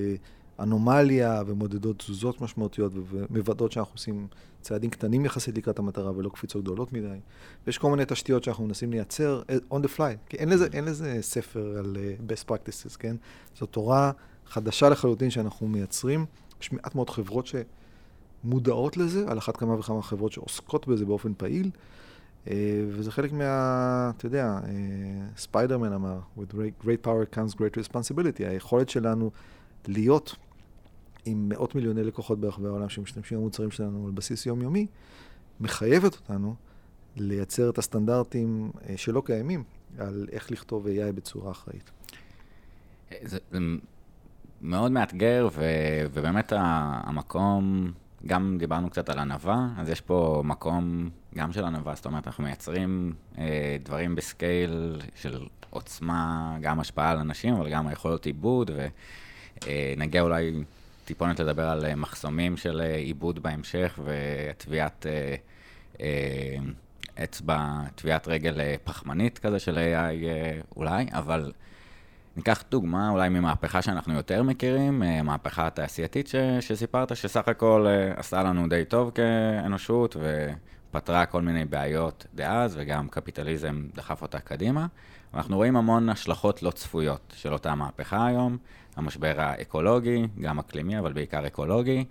אנומליה ומודדות תזוזות משמעותיות ומוודאות שאנחנו עושים צעדים קטנים יחסית לקראת המטרה ולא קפיצות גדולות מדי. ויש כל מיני תשתיות שאנחנו מנסים לייצר on the fly, כי אין לזה, אין לזה ספר על best practices, כן? זו תורה חדשה לחלוטין שאנחנו מייצרים. יש מעט מאוד חברות שמודעות לזה, על אחת כמה וכמה חברות שעוסקות בזה באופן פעיל, וזה חלק מה, אתה יודע, ספיידרמן אמר, with great power comes great responsibility, היכולת שלנו להיות עם מאות מיליוני לקוחות ברחבי העולם שמשתמשים במוצרים שלנו על בסיס יומיומי, מחייבת אותנו לייצר את הסטנדרטים שלא קיימים, על איך לכתוב איי איי בצורה אחראית. זה מאוד מאתגר, ו- ובאמת המקום, גם דיברנו קצת על ענווה, אז יש פה מקום גם של ענווה, זאת אומרת, אנחנו מייצרים אה, דברים בסקייל של עוצמה, גם השפעה על אנשים, אבל גם היכולות עיבוד, ונגיע אולי טיפונת לדבר על מחסומים של עיבוד בהמשך, וטביעת אה, אה, אצבע, טביעת רגל פחמנית כזה של איי איי אה, אולי, אבל ניקח דוגמה אולי ממהפכה שאנחנו יותר מכירים, מהפכה התעשייתית ש, שסיפרת, שסך הכל עשה לנו די טוב כאנושות ופתרה כל מיני בעיות דאז, וגם קפיטליזם דחף אותה קדימה. אנחנו רואים המון השלכות לא צפויות של אותה מהפכה היום, המשבר האקולוגי, גם אקלימי, אבל בעיקר אקולוגי,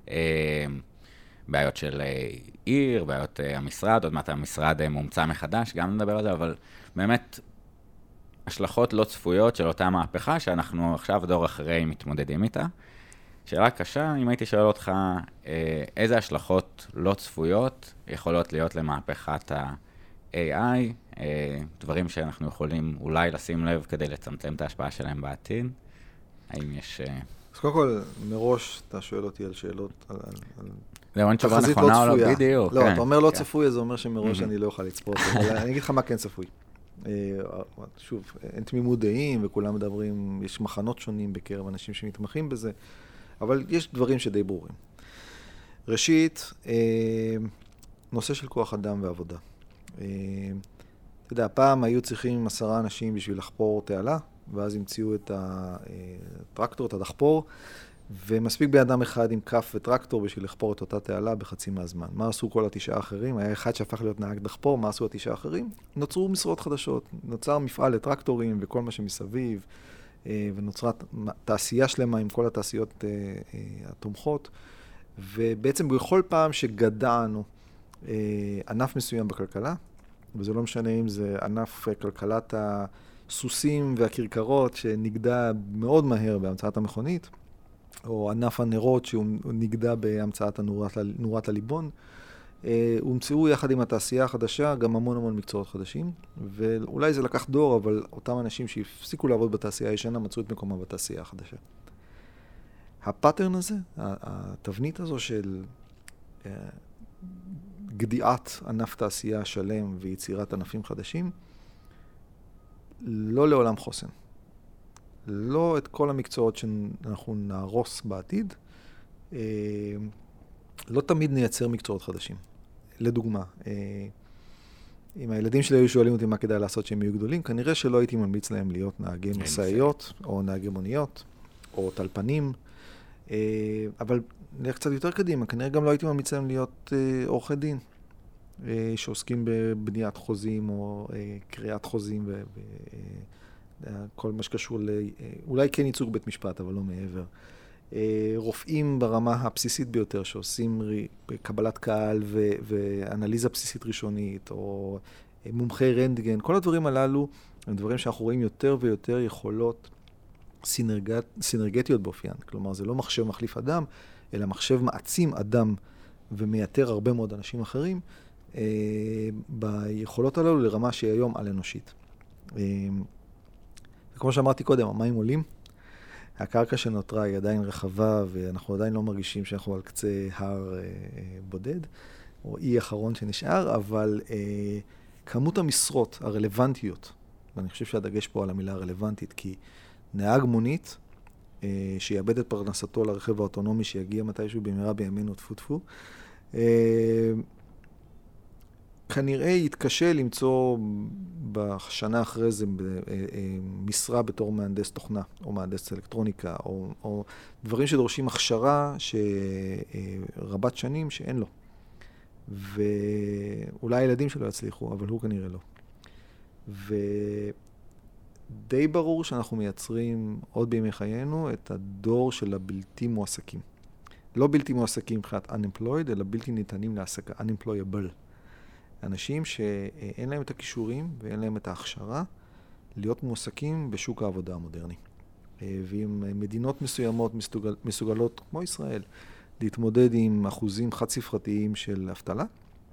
בעיות של עיר, בעיות המשרד, עוד מעט המשרד מומצא מחדש, גם נדבר על זה, אבל באמת השלכות לא צפויות של אותה מהפכה, שאנחנו עכשיו דור אחרי מתמודדים איתה. שאלה קשה, אם הייתי שואל אותך, איזה השלכות לא צפויות יכולות להיות למהפכת ה-איי איי, דברים שאנחנו יכולים אולי לשים לב כדי לצמצם את ההשפעה שלהם בעתיד? האם יש... אז קודם כל, מראש אתה שואל אותי על שאלות, על... זה אין תשובה נכונה או לא, בדיוק. לא, אתה אומר לא צפוי, זה אומר שמראש אני לא אוכל לצפות, אבל אני אגיד לך מה כן צפוי. שוב, אין תמימות דעים וכולם מדברים, יש מחנות שונים בקרב אנשים שמתמחים בזה, אבל יש דברים שדי ברורים. ראשית, נושא של כוח אדם ועבודה. אתה יודע, פעם היו צריכים עשרה אנשים בשביל לחפור תעלה, ואז המציאו את הטרקטור, את הדחפור, ומספיק באדם אחד עם כף וטרקטור בשביל לחפור את אותה תעלה בחצי מהזמן. מה עשו כל התשעה האחרים? היה אחד שהפך להיות נהג דחפור, מה עשו התשעה האחרים? נוצרו משרות חדשות, נוצר מפעל לטרקטורים וכל מה שמסביב, ונוצרה תעשייה שלמה עם כל התעשיות התומכות, ובעצם בכל פעם שגדענו ענף מסוים בכלכלה, וזה לא משנה אם זה ענף כלכלת הסוסים והכרכרות שנגדע מאוד מהר בהמצאת המכונית, או ענף הנרות שהוא נגדע בהמצאת נורת הליבון, הומצאו יחד עם התעשייה החדשה גם המון המון מקצועות חדשים, ואולי זה לקח דור, אבל אותם אנשים שהפסיקו לעבוד בתעשייה הישנה מצאו את מקומם בתעשייה החדשה. הפאטרן הזה, התבנית הזו של גדיעת ענף תעשייה שלם ויצירת ענפים חדשים, לא לעולם חוסן. לא את כל המקצועות שאנחנו נהרוס בעתיד, לא תמיד נייצר מקצועות חדשים. לדוגמה, אם הילדים שלי היו שואלים אותי מה כדאי לעשות שהם יהיו גדולים, כנראה שלא הייתי ממליץ להם להיות נהגי משאיות, או נהגי מוניות, או טלפנים, אבל נלך קצת יותר קדימה, כנראה גם לא הייתי ממליץ להם להיות עורכי דין, שעוסקים בבניית חוזים, או קריאת חוזים, וכל מה שקשור ל... אולי כן ייצוג בית משפט, אבל לא מעבר. רופאים ברמה הבסיסית ביותר, שעושים קבלת קהל ו- ואנליזה בסיסית ראשונית, או מומחי רנטגן, כל הדברים הללו הם דברים שאנחנו רואים יותר ויותר יכולות סינרגט, סינרגטיות באופיין. כלומר, זה לא מחשב מחליף אדם, אלא מחשב מעצים אדם ומייתר הרבה מאוד אנשים אחרים, אה, ביכולות הללו לרמה שהיא היום על אנושית. אה, כמו שאמרתי קודם, המים עולים, הקרקע שנותרה היא עדיין רחבה, ואנחנו עדיין לא מרגישים שאנחנו על קצה הר אה, בודד, או אי אחרון שנשאר, אבל אה, כמות המשרות הרלוונטיות, ואני חושב שהדגש פה על המילה הרלוונטית, כי נהג מונית, אה, שיאבד את פרנסתו לרכב האוטונומי, שיגיע מתישהו במהרה בימינו טפו טפו, אה, כנראה יתקשה למצוא בשנה אחרי זה משרה בתור מהנדס תוכנה, או מהנדס אלקטרוניקה, או, או דברים שדורשים הכשרה שרבת שנים שאין לו. ואולי הילדים שלו יצליחו, אבל הוא כנראה לא. ודי ברור שאנחנו מייצרים עוד בימי חיינו את הדור של הבלתי מועסקים. לא בלתי מועסקים מבחינת unemployed, אלא בלתי ניתנים להעסקה, unemployable. אנשים שאין להם את הכישורים ואין להם את ההכשרה להיות מועסקים בשוק העבודה המודרני. ואם מדינות מסוימות מסוגל, מסוגלות, כמו ישראל, להתמודד עם אחוזים חד ספרתיים של אבטלה,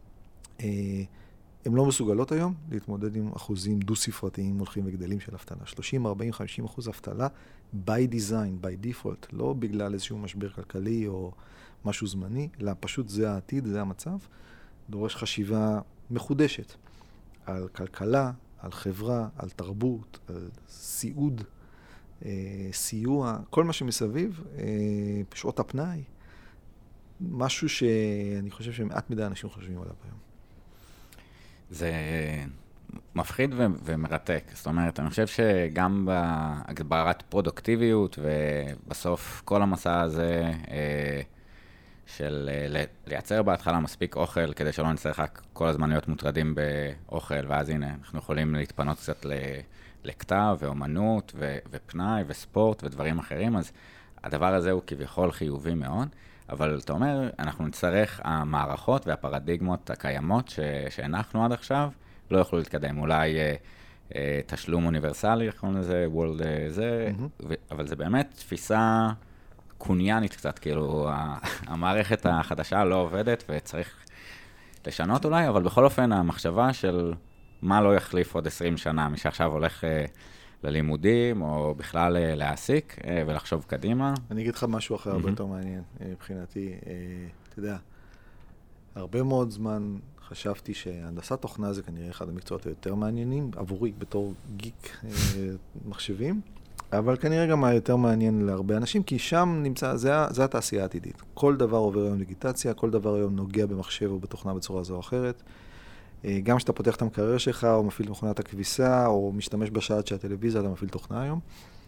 הן לא מסוגלות היום להתמודד עם אחוזים דו ספרתיים הולכים וגדלים של אבטלה. שלושים, ארבעים, חמישים אחוז אבטלה by design, by default, לא בגלל איזשהו משבר כלכלי או משהו זמני, אלא פשוט זה העתיד, זה המצב. דורש חשיבה מחודשת על כלכלה, על חברה, על תרבות, על סיעוד, אה, סיוע, כל מה שמסביב, אה, שעות הפנאי, משהו שאני חושב שמעט מדי אנשים חושבים עליו היום. זה מפחיד ו- ומרתק. זאת אומרת, אני חושב שגם בהגברת פרודוקטיביות, ובסוף כל המסע הזה, אה, של לייצר בהתחלה מספיק אוכל, כדי שלא נצטרך רק כל הזמן להיות מוטרדים באוכל, ואז הנה, אנחנו יכולים להתפנות קצת לכתב ואומנות ו- ופנאי וספורט ודברים אחרים, אז הדבר הזה הוא כביכול חיובי מאוד, אבל אתה אומר, אנחנו נצטרך, המערכות והפרדיגמות הקיימות ש- שהנחנו עד עכשיו, לא יוכלו להתקדם. אולי אה, אה, תשלום אוניברסלי, איך קוראים לזה, וולד זה, mm-hmm. ו- אבל זה באמת תפיסה קוניאנית קצת, כאילו, המערכת החדשה לא עובדת וצריך לשנות אולי, אבל בכל אופן המחשבה של מה לא יחליף עוד עשרים שנה, מי שעכשיו הולך ללימודים או בכלל להעסיק ולחשוב קדימה. אני אגיד לך משהו אחר הרבה יותר מעניין מבחינתי. אתה יודע, הרבה מאוד זמן חשבתי שהנדסת תוכנה זה כנראה אחד המקצועות היותר מעניינים, עבורי בתור גיק מחשבים, אבל כנראה גם היותר מעניין להרבה אנשים, כי שם נמצא, זה, זה התעשייה העתידית. כל דבר עובר היום דיגיטציה, כל דבר היום נוגע במחשב או בתוכנה בצורה זו או אחרת. גם כשאתה פותח את המקרר שלך, או מפעיל מכונת הכביסה, או משתמש בשעת של הטלוויזיה, אתה מפעיל תוכנה היום.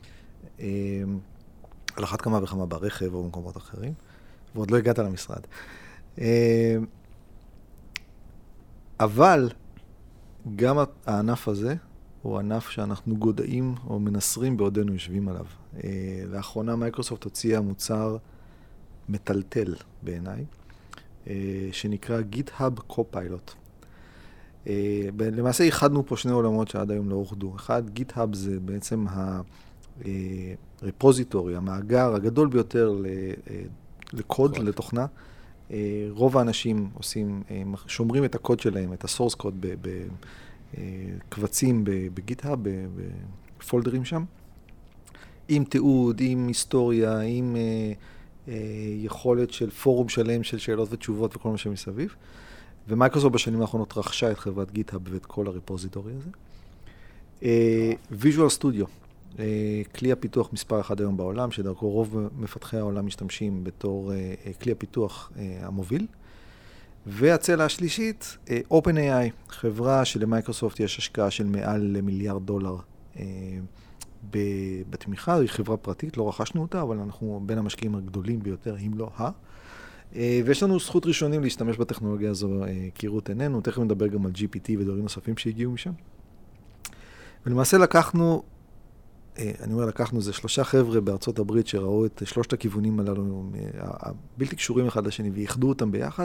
על אחת כמה וכמה ברכב או במקומות אחרים, ועוד לא הגעת למשרד. אבל גם הענף הזה, הוא ענף שאנחנו גודעים או מנסרים בעודנו יושבים עליו. לאחרונה מייקרוסופט הוציאה מוצר מטלטל בעיניי, שנקרא GitHub Copilot. למעשה ייחדנו פה שני עולמות שעד היום לא אוחדו. אחד, GitHub זה בעצם הרפוזיטורי, המאגר הגדול ביותר לקוד, לתוכנה. רוב האנשים עושים, שומרים את הקוד שלהם, את הסורס קוד בקבצים בגיט-האב, בפולדרים שם, עם תיעוד, עם היסטוריה, עם יכולת של פורום שלם של שאלות ותשובות וכל מה שמסביב. ומייקרוסופט בשנים האחרונות רכשה את חברת גיט-האב ואת כל הרפוזיטורי הזה. ויז'ואל סטודיו, כלי הפיתוח מספר אחד היום בעולם, שדרכו רוב מפתחי העולם משתמשים בתור כלי הפיתוח המוביל. והצלע השלישית, OpenAI, חברה שלמייקרוסופט יש השקעה של מעל למיליארד דולר בתמיכה, היא חברה פרטית, לא רכשנו אותה, אבל אנחנו בין המשקיעים הגדולים ביותר, אם לא ה. ויש לנו זכות ראשונים להשתמש בטכנולוגיה הזו כראות עינינו, תכף נדבר גם על ג'י פי טי ודברים נוספים שהגיעו משם. ולמעשה לקחנו, אני אומר לקחנו, זה שלושה חבר'ה בארצות הברית שראו את שלושת הכיוונים הללו, הבלתי קשורים אחד לשני, וייחדו אותם ביחד,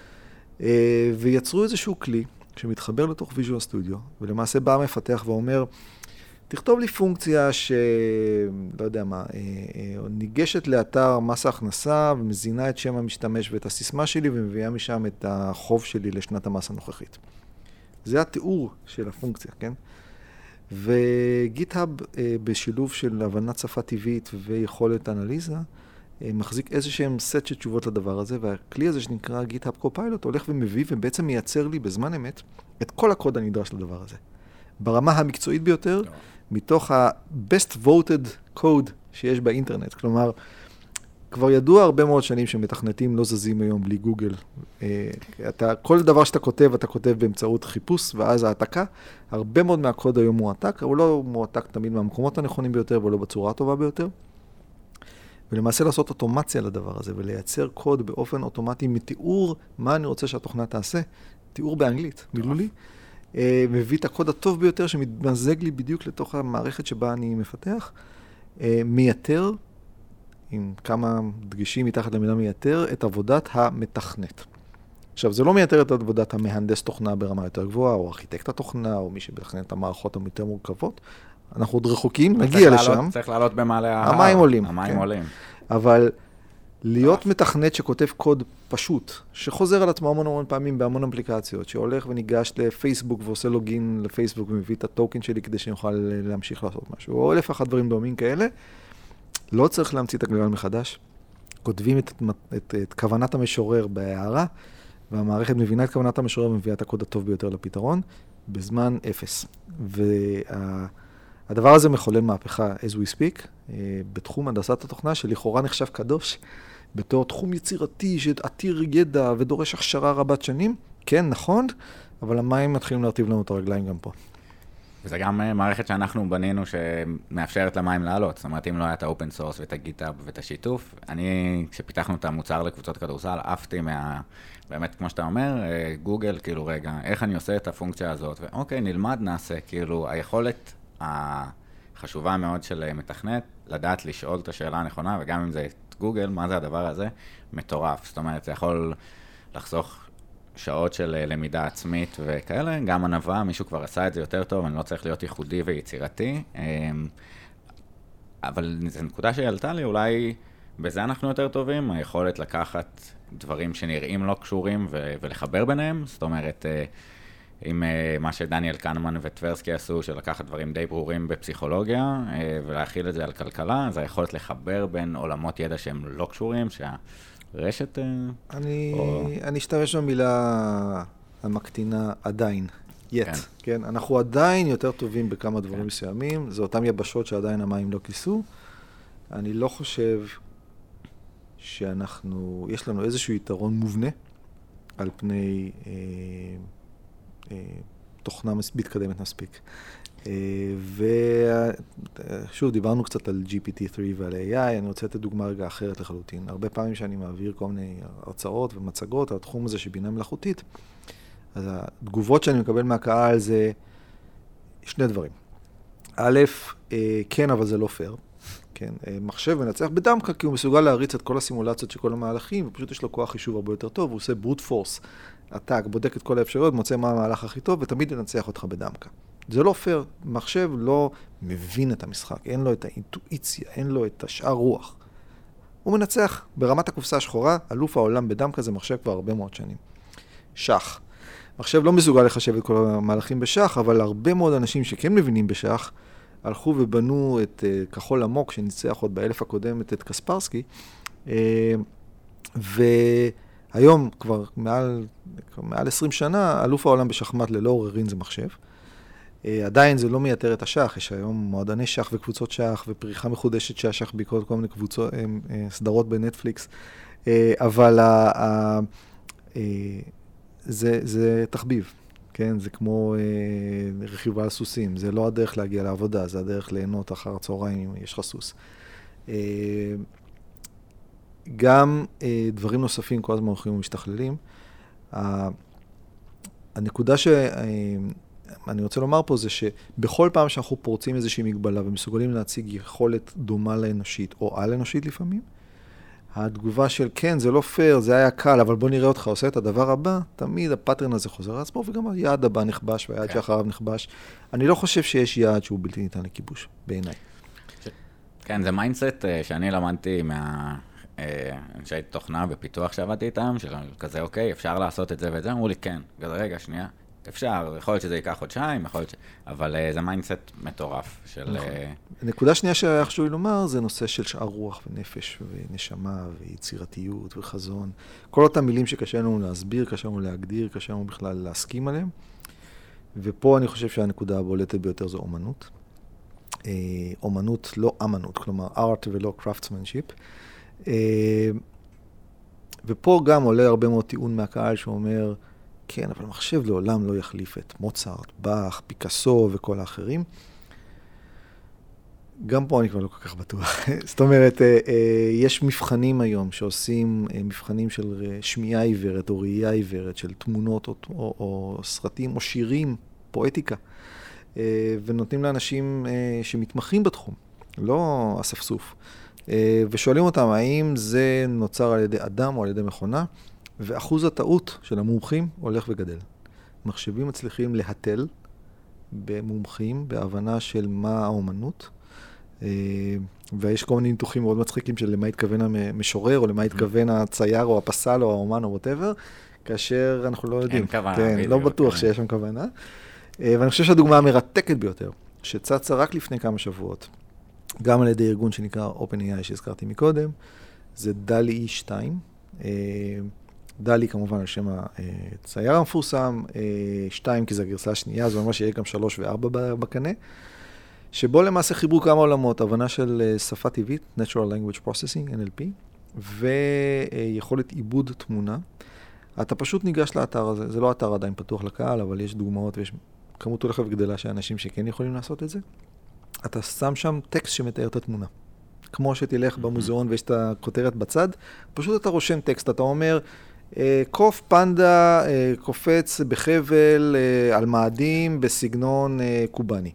ויצרו איזשהו כלי שמתחבר לתוך ויז'ואל סטודיו, ולמעשה בא מפתח ואומר, תכתוב לי פונקציה ש... לא יודע מה, ניגשת לאתר מס ההכנסה ומזינה את שם המשתמש ואת הסיסמה שלי ומביאה משם את החוב שלי לשנת המס הנוכחית. זה התיאור של הפונקציה, כן? וגיט-האב בשילוב של הבנת שפה טבעית ויכולת אנליזה, מחזיק איזשהם סט של תשובות לדבר הזה, והכלי הזה שנקרא גיט-האב קופיילוט הולך ומביא ובעצם מייצר לי בזמן אמת את כל הקוד הנדרש לדבר הזה. ברמה המקצועית ביותר, מתוך ה-best voted code שיש באינטרנט. כלומר, כבר ידוע הרבה מאוד שנים שמתכנתים לא זזים היום בלי גוגל. אתה, כל דבר שאתה כותב, אתה כותב באמצעות חיפוש, ואז העתקה. הרבה מאוד מהקוד היום מועתק, הוא לא מועתק תמיד מהמקומות הנכונים ביותר, ולא בצורה הטובה ביותר. ולמעשה לעשות אוטומציה לדבר הזה, ולייצר קוד באופן אוטומטי מתיאור מה אני רוצה שהתוכנה תעשה. תיאור באנגלית, מילולי. מביא את הקוד הטוב ביותר שמתמזג לי בדיוק לתוך המערכת שבה אני מפתח, מייתר, עם כמה דגשים מתחת למילה מייתר, את עבודת המתכנת. עכשיו, זה לא מייתר את עבודת המהנדס תוכנה ברמה יותר גבוהה, או ארכיטקט התוכנה, או מי שמתכנן את המערכות היותר מורכבות. אנחנו עוד רחוקים, נגיע לשם. צריך לעלות במעלה ההר. המים עולים. המים עולים. אבל להיות מתכנת שכותב קוד פשוט, שחוזר על עצמו המון המון פעמים בהמון אפליקציות, שהולך וניגש לפייסבוק ועושה לוגין לפייסבוק ומביא את הטוקן שלי כדי שנוכל להמשיך לעשות משהו, או אלף אחת דברים דומים כאלה, לא צריך להמציא את הגלגל מחדש. כותבים את, את, את כוונת המשורר בהערה, והמערכת מבינה את כוונת המשורר ומביאה את הקוד הטוב ביותר לפתרון, בזמן אפס. והדבר הזה מחולל מהפכה, as we speak, בתחום הנדסת התוכנה, שלכאורה נחשב קדוש, בתור תחום יצירתי שעתיר ידע ודורש הכשרה רבת שנים. כן, נכון, אבל המים מתחילים להרטיב לנו את הרגליים גם פה. וזה גם מערכת שאנחנו בנינו שמאפשרת למים לעלות. זאת אומרת, אם לא היה את האופן סורס ואת הגיט-האב ואת השיתוף, אני, כשפיתחנו את המוצר לקבוצות כדורסל, עפתי מה... באמת, כמו שאתה אומר, גוגל, כאילו, רגע, איך אני עושה את הפונקציה הזאת? ואוקיי, נלמד, נעשה. כאילו, היכולת החשובה מאוד של מתכנת, לדעת לשאול את השאלה הנכונה, וגם אם זה את גוגל, מה זה הדבר הזה? מטורף. זאת אומרת, זה יכול לחסוך שעות של למידה עצמית וכאלה, גם ענווה, מישהו כבר עשה את זה יותר טוב, אני לא צריך להיות ייחודי ויצירתי, אבל זו נקודה שעלתה לי, אולי בזה אנחנו יותר טובים, היכולת לקחת דברים שנראים לא קשורים ו- ולחבר ביניהם, זאת אומרת, עם מה שדניאל קנמן וטברסקי עשו, של לקחת דברים די ברורים בפסיכולוגיה, ולהכיל את זה על כלכלה, זה היכולת לחבר בין עולמות ידע שהם לא קשורים, שה... רשת? אני, או... אני אשתמש במילה המקטינה עדיין. יט, כן. כן? אנחנו עדיין יותר טובים בכמה דברים כן. מסוימים, זה אותם יבשות שעדיין המים לא כיסו. אני לא חושב שאנחנו, יש לנו איזשהו יתרון מובנה על פני אה, אה, תוכנה מתקדמת מספיק. ושוב, דיברנו קצת על ג'י פי טי שלוש ועל איי איי, אני רוצה לתת דוגמה רגע אחרת לחלוטין. הרבה פעמים שאני מעביר כל מיני הרצאות ומצגות על התחום הזה של בינה מלאכותית, אז התגובות שאני מקבל מהקהל זה שני דברים. א', כן, אבל זה לא פייר. כן, מחשב מנצח בדמקה, כי הוא מסוגל להריץ את כל הסימולציות של כל המהלכים, ופשוט יש לו כוח חישוב הרבה יותר טוב, הוא עושה brute force, עתק, בודק את כל האפשרויות, מוצא מה המהלך הכי טוב, ותמיד ינצח אותך בדמקה. זה לא פייר, מחשב לא מבין את המשחק, אין לו את האינטואיציה, אין לו את השאר רוח. הוא מנצח ברמת הקופסה השחורה, אלוף העולם בדמקה, זה מחשב כבר הרבה מאוד שנים. שח. מחשב לא מסוגל לחשב את כל המהלכים בשח, אבל הרבה מאוד אנשים שכן מבינים בשח, הלכו ובנו את uh, כחול עמוק, שניצח עוד באלף הקודמת את קספרסקי, uh, והיום כבר מעל, מעל עשרים שנה, אלוף העולם בשחמט ללא עוררין זה מחשב. Uh, עדיין זה לא מייתר את השח, יש היום מועדני שח וקבוצות שח, ופריחה מחודשת של השח בעקבות כל מיני קבוצות, uh, uh, סדרות בנטפליקס, uh, אבל uh, uh, uh, זה, זה תחביב. כן, זה כמו אה, רכיבה על סוסים, זה לא הדרך להגיע לעבודה, זה הדרך ליהנות אחר הצהריים אם יש לך סוס. אה, גם אה, דברים נוספים כל הזמן הולכים ומשתכללים. אה, הנקודה שאני רוצה לומר פה זה שבכל פעם שאנחנו פורצים איזושהי מגבלה ומסוגלים להציג יכולת דומה לאנושית או על אנושית לפעמים, התגובה של כן, זה לא פייר, זה היה קל, אבל בוא נראה אותך עושה את הדבר הבא, תמיד הפטרן הזה חוזר על עצמו, וגם היעד הבא נכבש, והיעד שאחריו נכבש. אני לא חושב שיש יעד שהוא בלתי ניתן לכיבוש, בעיניי. כן, זה מיינדסט שאני למדתי מהאנשי תוכנה ופיתוח שעבדתי איתם, של כזה, אוקיי, אפשר לעשות את זה ואת זה, אמרו לי, כן, כזה רגע, שנייה, אפשר, יכול להיות שזה ייקח חודשיים, יכול להיות ש... אבל זה מיינדסט מטורף של... נקודה שנייה שהיה חשוב לי לומר, זה נושא של שאר רוח ונפש ונשמה ויצירתיות וחזון. כל אותם מילים שקשה לנו להסביר, קשה לנו להגדיר, קשה לנו בכלל להסכים עליהם. ופה אני חושב שהנקודה הבולטת ביותר זו אומנות. אומנות, לא אמנות, כלומר art ולא craftsmanship. ופה גם עולה הרבה מאוד טיעון מהקהל שאומר, כן, אבל מחשב לעולם לא יחליף את מוצרט, באך, פיקאסו וכל האחרים. גם פה אני כבר לא כל כך בטוח. זאת אומרת, יש מבחנים היום שעושים מבחנים של שמיעה עיוורת או ראייה עיוורת, של תמונות או, או, או סרטים או שירים, פואטיקה, ונותנים לאנשים שמתמחים בתחום, לא אספסוף, ושואלים אותם האם זה נוצר על ידי אדם או על ידי מכונה, ואחוז הטעות של המומחים הולך וגדל. מחשבים מצליחים להתל במומחים, בהבנה של מה האומנות, ויש כל מיני ניתוחים מאוד מצחיקים של למה התכוון המשורר, או למה התכוון הצייר, או הפסל, או האומן, או whatever, כאשר אנחנו לא יודעים. אין כוונה. כן, לא בטוח שיש שם כוונה. ואני חושב שהדוגמה המרתקת ביותר, שצצה רק לפני כמה שבועות, גם על ידי ארגון שנקרא OpenAI שהזכרתי מקודם, זה דלי שתיים. דלי כמובן על שם הצייר המפורסם, שתיים כי זה הגרסה השנייה, זה ממש יהיה גם שלוש וארבע בקנה, שבו למעשה חיברו כמה עולמות, הבנה של שפה טבעית, Natural Language Processing, N L P, ויכולת עיבוד תמונה. אתה פשוט ניגש לאתר הזה, זה לא אתר עדיין פתוח לקהל, אבל יש דוגמאות ויש כמות הולכת וגדלה של אנשים שכן יכולים לעשות את זה. אתה שם שם טקסט שמתאר את התמונה. כמו שתלך במוזיאון ויש את הכותרת בצד, פשוט אתה רושם טקסט, אתה אומר, קוף פנדה קופץ בחבל על מאדים בסגנון קובני.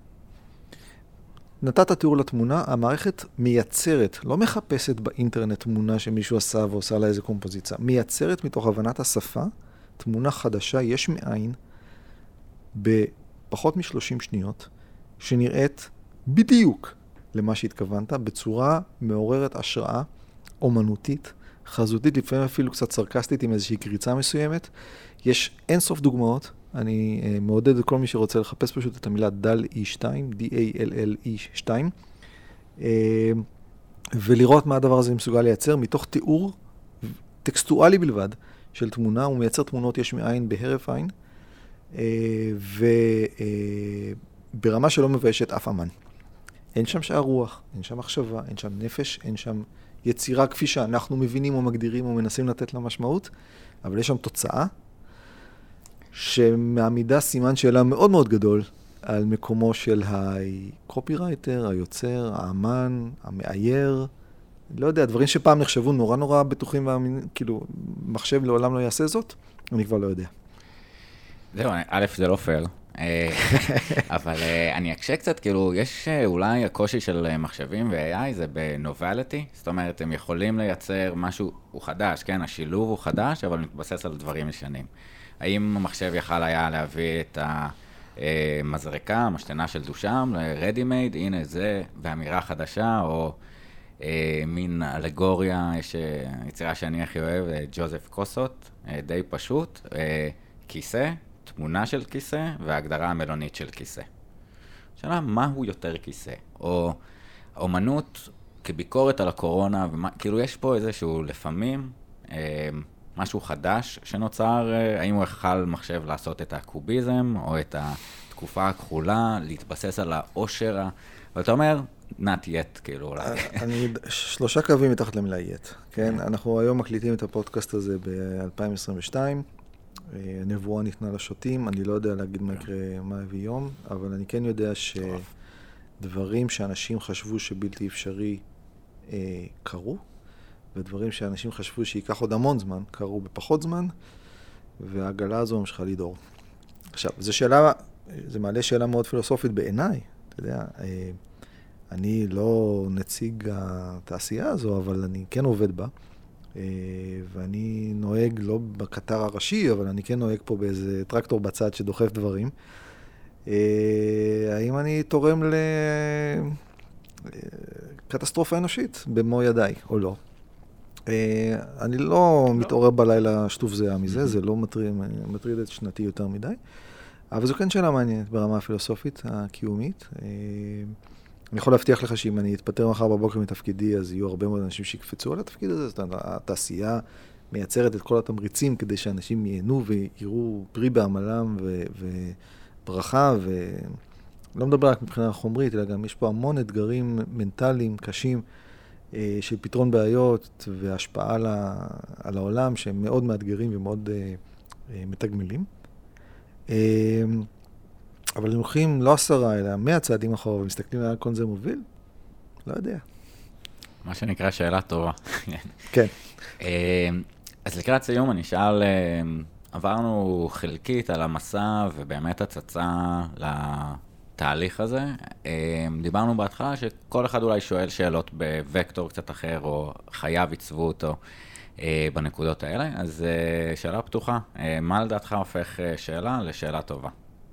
נתת תיאור לתמונה, המערכת מייצרת, לא מחפשת באינטרנט תמונה שמישהו עשה ועושה לה איזה קומפוזיציה, מייצרת מתוך הבנת השפה, תמונה חדשה, יש מאין, בפחות מ-שלושים שניות, שנראית בדיוק למה שהתכוונת, בצורה מעוררת השראה, אומנותית, חזותית, לפעמים אפילו קצת סרקסטית עם איזושהי קריצה מסוימת. יש אינסוף דוגמאות, אני uh, מעודד את כל מי שרוצה לחפש פשוט את המילה דל אי שתיים, D A L L E שתיים, uh, ולראות מה הדבר הזה מסוגל לייצר מתוך תיאור טקסטואלי בלבד של תמונה, הוא מייצר תמונות יש מאין בהרף עין, uh, וברמה שלא מביישת אף אמן. אין שם שער רוח, אין שם מחשבה, אין שם נפש, אין שם יצירה כפי שאנחנו מבינים או מגדירים או מנסים לתת לה משמעות, אבל יש שם תוצאה שמעמידה סימן שאלה מאוד מאוד גדול על מקומו של הקופירייטר, היוצר, האמן, המאייר, לא יודע, דברים שפעם נחשבו נורא נורא בטוחים, כאילו, מחשב לעולם לא יעשה זאת, אני כבר לא יודע. זהו, א', זה לא פייר, אבל אני אקשה קצת, כאילו, יש אולי הקושי של מחשבים ו-איי איי זה בנובליטי, זאת אומרת, הם יכולים לייצר משהו, הוא חדש, כן, השילוב הוא חדש, אבל מתבסס על דברים ישנים. האם המחשב יכל היה להביא את המזרקה, המשתנה של דושם, ל-ready made, הנה זה, באמירה חדשה, או מין אלגוריה, יש יצירה שאני הכי אוהב, ג'וזף קוסות, די פשוט, כיסא, תמונה של כיסא, וההגדרה המלונית של כיסא. שאלה, מהו יותר כיסא? או אומנות כביקורת על הקורונה, ומה, כאילו יש פה איזשהו לפעמים, משהו חדש שנוצר, האם הוא יכל מחשב לעשות את הקוביזם, או את התקופה הכחולה, להתבסס על העושר, אבל אתה אומר, not yet, כאילו אולי. אני, שלושה קווים מתחת למילה yet, כן? אנחנו היום מקליטים את הפודקאסט הזה ב-אלפיים עשרים ושתיים, הנבואה ניתנה לשוטים, אני לא יודע להגיד מה יקרה, מה הביא יום, אבל אני כן יודע שדברים שאנשים חשבו שבלתי אפשרי קרו, ודברים שאנשים חשבו שייקח עוד המון זמן, קרו בפחות זמן, והעגלה הזו ממשיכה לדור. עכשיו, זו שאלה, זה מעלה שאלה מאוד פילוסופית בעיניי, אתה יודע, אני לא נציג התעשייה הזו, אבל אני כן עובד בה, ואני נוהג לא בקטר הראשי, אבל אני כן נוהג פה באיזה טרקטור בצד שדוחף דברים. האם אני תורם לקטסטרופה אנושית במו ידיי, או לא? אני לא מתעורר בלילה שטוף זהה מזה, זה לא מטריד את שנתי יותר מדי, אבל זו כן שאלה מעניינת ברמה הפילוסופית, הקיומית. אני יכול להבטיח לך שאם אני אתפטר מחר בבוקר מתפקידי, אז יהיו הרבה מאוד אנשים שיקפצו על התפקיד הזה. זאת אומרת, התעשייה מייצרת את כל התמריצים כדי שאנשים ייהנו ויראו פרי בעמלם וברכה, ולא מדבר רק מבחינה חומרית, אלא גם יש פה המון אתגרים מנטליים קשים של פתרון בעיות והשפעה על העולם, שהם מאוד מאתגרים ומאוד מתגמלים. אבל הם הולכים לא עשרה, אלא מאה צעדים אחורה, ומסתכלים על כל זה מוביל? לא יודע. מה שנקרא שאלה טובה. כן. אז לקראת סיום אני שאל, עברנו חלקית על המסע, ובאמת הצצה לתהליך הזה. דיברנו בהתחלה שכל אחד אולי שואל שאלות בווקטור קצת אחר, או חייו עיצבו אותו בנקודות האלה. אז שאלה פתוחה, מה לדעתך הופך שאלה לשאלה טובה?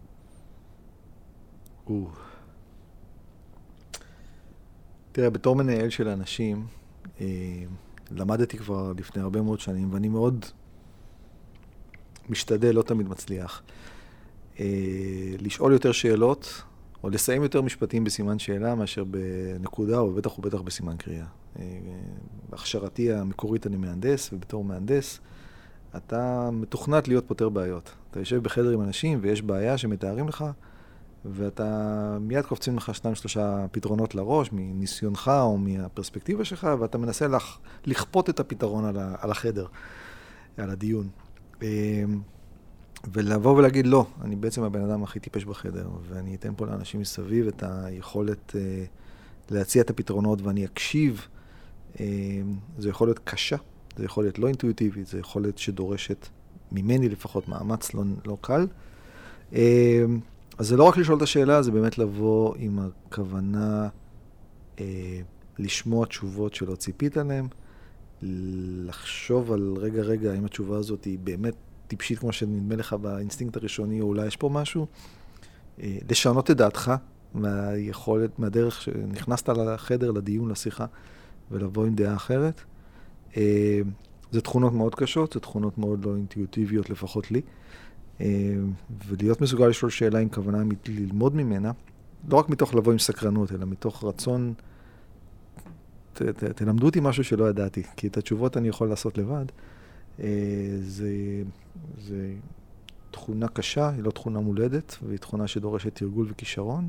תראה, בתור מנהל של אנשים, למדתי כבר לפני הרבה מאוד שנים, ואני מאוד משתדל, לא תמיד מצליח, לשאול יותר שאלות, או לסיים יותר משפטים בסימן שאלה, מאשר בנקודה, או בטח ובטח בסימן קריאה. בהכשרתי המקורית אני מהנדס, ובתור מהנדס, אתה מתוכנת להיות פותר בעיות. אתה יושב בחדר עם אנשים, ויש בעיה שמתארים לך, ואתה מיד קופצים לך שניים שלושה פתרונות לראש, מניסיונך או מהפרספקטיבה שלך, ואתה מנסה לח, לכפות את הפתרון על, ה, על החדר, על הדיון. ולבוא ולהגיד, לא, אני בעצם הבן אדם הכי טיפש בחדר, ואני אתן פה לאנשים מסביב את היכולת להציע את הפתרונות, ואני אקשיב. זה יכול להיות קשה, זה יכול להיות לא אינטואיטיבית, זה יכול להיות שדורשת ממני לפחות מאמץ לא, לא קל. אז זה לא רק לשאול את השאלה, זה באמת לבוא עם הכוונה אה, לשמוע תשובות שלא ציפית עליהן, לחשוב על רגע רגע, האם התשובה הזאת היא באמת טיפשית כמו שנדמה לך באינסטינקט הראשוני, או אולי יש פה משהו, אה, לשנות את דעתך מהיכולת, מהדרך שנכנסת לחדר, לדיון, לשיחה, ולבוא עם דעה אחרת. אה, זה תכונות מאוד קשות, זה תכונות מאוד לא אינטואיטיביות, לפחות לי. ולהיות מסוגל לשאול שאלה עם כוונה ללמוד ממנה, לא רק מתוך לבוא עם סקרנות, אלא מתוך רצון, ת, ת, תלמדו אותי משהו שלא ידעתי, כי את התשובות אני יכול לעשות לבד. זה, זה תכונה קשה, היא לא תכונה מולדת, והיא תכונה שדורשת תרגול וכישרון,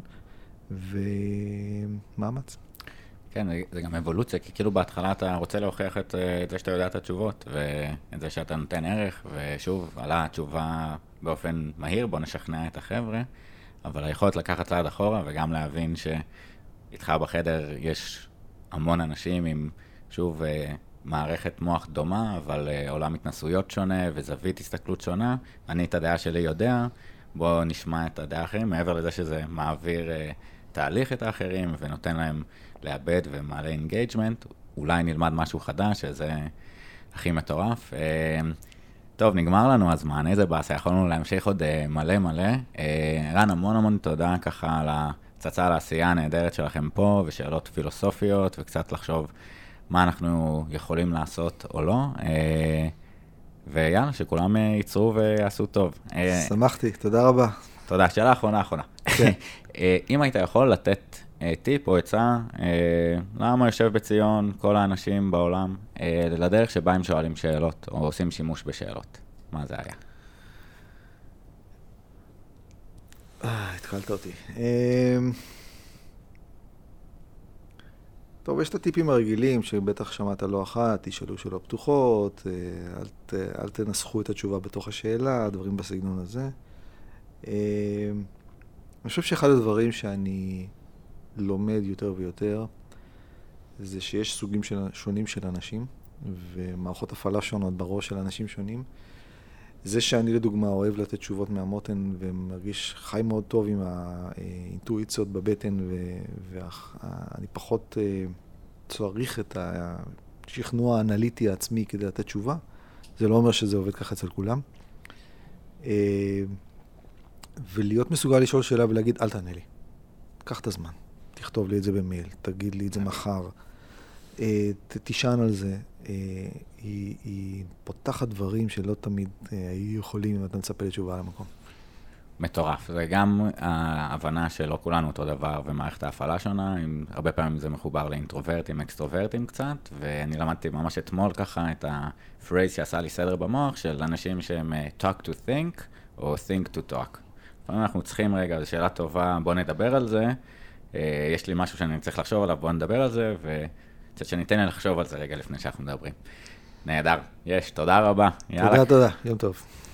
ומאמץ. כן, זה גם אבולוציה, כי כאילו בהתחלה אתה רוצה להוכיח את, את זה שאתה יודע את התשובות, ואת זה שאתה נותן ערך, ושוב, עלה התשובה באופן מהיר, בוא נשכנע את החבר'ה, אבל היכולת לקחת צעד אחורה, וגם להבין שאיתך בחדר יש המון אנשים עם, שוב, מערכת מוח דומה, אבל עולם התנסויות שונה, וזווית הסתכלות שונה. אני את הדעה שלי יודע, בוא נשמע את הדעה האחרים, מעבר לזה שזה מעביר תהליך את האחרים, ונותן להם לאבד ומעלה אינגייג'מנט, אולי נלמד משהו חדש, שזה הכי מטורף. טוב, נגמר לנו הזמן, איזה באסה, יכולנו להמשיך עוד מלא מלא. רן, המון המון תודה ככה על הצצה על העשייה הנהדרת שלכם פה, ושאלות פילוסופיות, וקצת לחשוב מה אנחנו יכולים לעשות או לא. ויאללה, שכולם ייצרו ויעשו טוב. שמחתי, תודה רבה. תודה, שאלה אחרונה אחרונה. כן. אם היית יכול לתת טיפ או עצה, למה יושב בציון כל האנשים בעולם, לדרך שבה הם שואלים שאלות או עושים שימוש בשאלות, מה זה היה? אה, התחלת אותי. טוב, יש את הטיפים הרגילים שבטח שמעת לא אחת, תשאלו שאלות פתוחות, אל, ת, אל תנסחו את התשובה בתוך השאלה, דברים בסגנון הזה. אני חושב שאחד הדברים שאני לומד יותר ויותר, זה שיש סוגים של, שונים של אנשים, ומערכות הפעלה שונות בראש של אנשים שונים. זה שאני לדוגמה אוהב לתת תשובות מהמותן, ומרגיש חי מאוד טוב עם האינטואיציות בבטן, ואני פחות צריך את השכנוע האנליטי העצמי כדי לתת תשובה. זה לא אומר שזה עובד ככה אצל כולם. ולהיות מסוגל לשאול שאלה ולהגיד, אל תענה לי. קח את הזמן. תכתוב לי את זה במייל, תגיד לי את זה מחר. תשען על זה. היא, היא פותחת דברים שלא תמיד היו יכולים אם אתה מצפה לתשובה על המקום. מטורף. זה גם ההבנה שלא כולנו אותו דבר ומערכת ההפעלה שונה. הרבה פעמים זה מחובר לאינטרוברטים, אקסטרוברטים קצת, ואני למדתי ממש אתמול ככה את הפרייז שעשה לי סדר במוח של אנשים שהם talk to think או think to talk. לפעמים אנחנו צריכים רגע, זו שאלה טובה, בוא נדבר על זה. יש לי משהו שאני צריך לחשוב עליו, בוא נדבר על זה, וקצת שניתן לי לחשוב על זה רגע לפני שאנחנו מדברים. נהדר, יש, תודה רבה. תודה, תודה, יום טוב.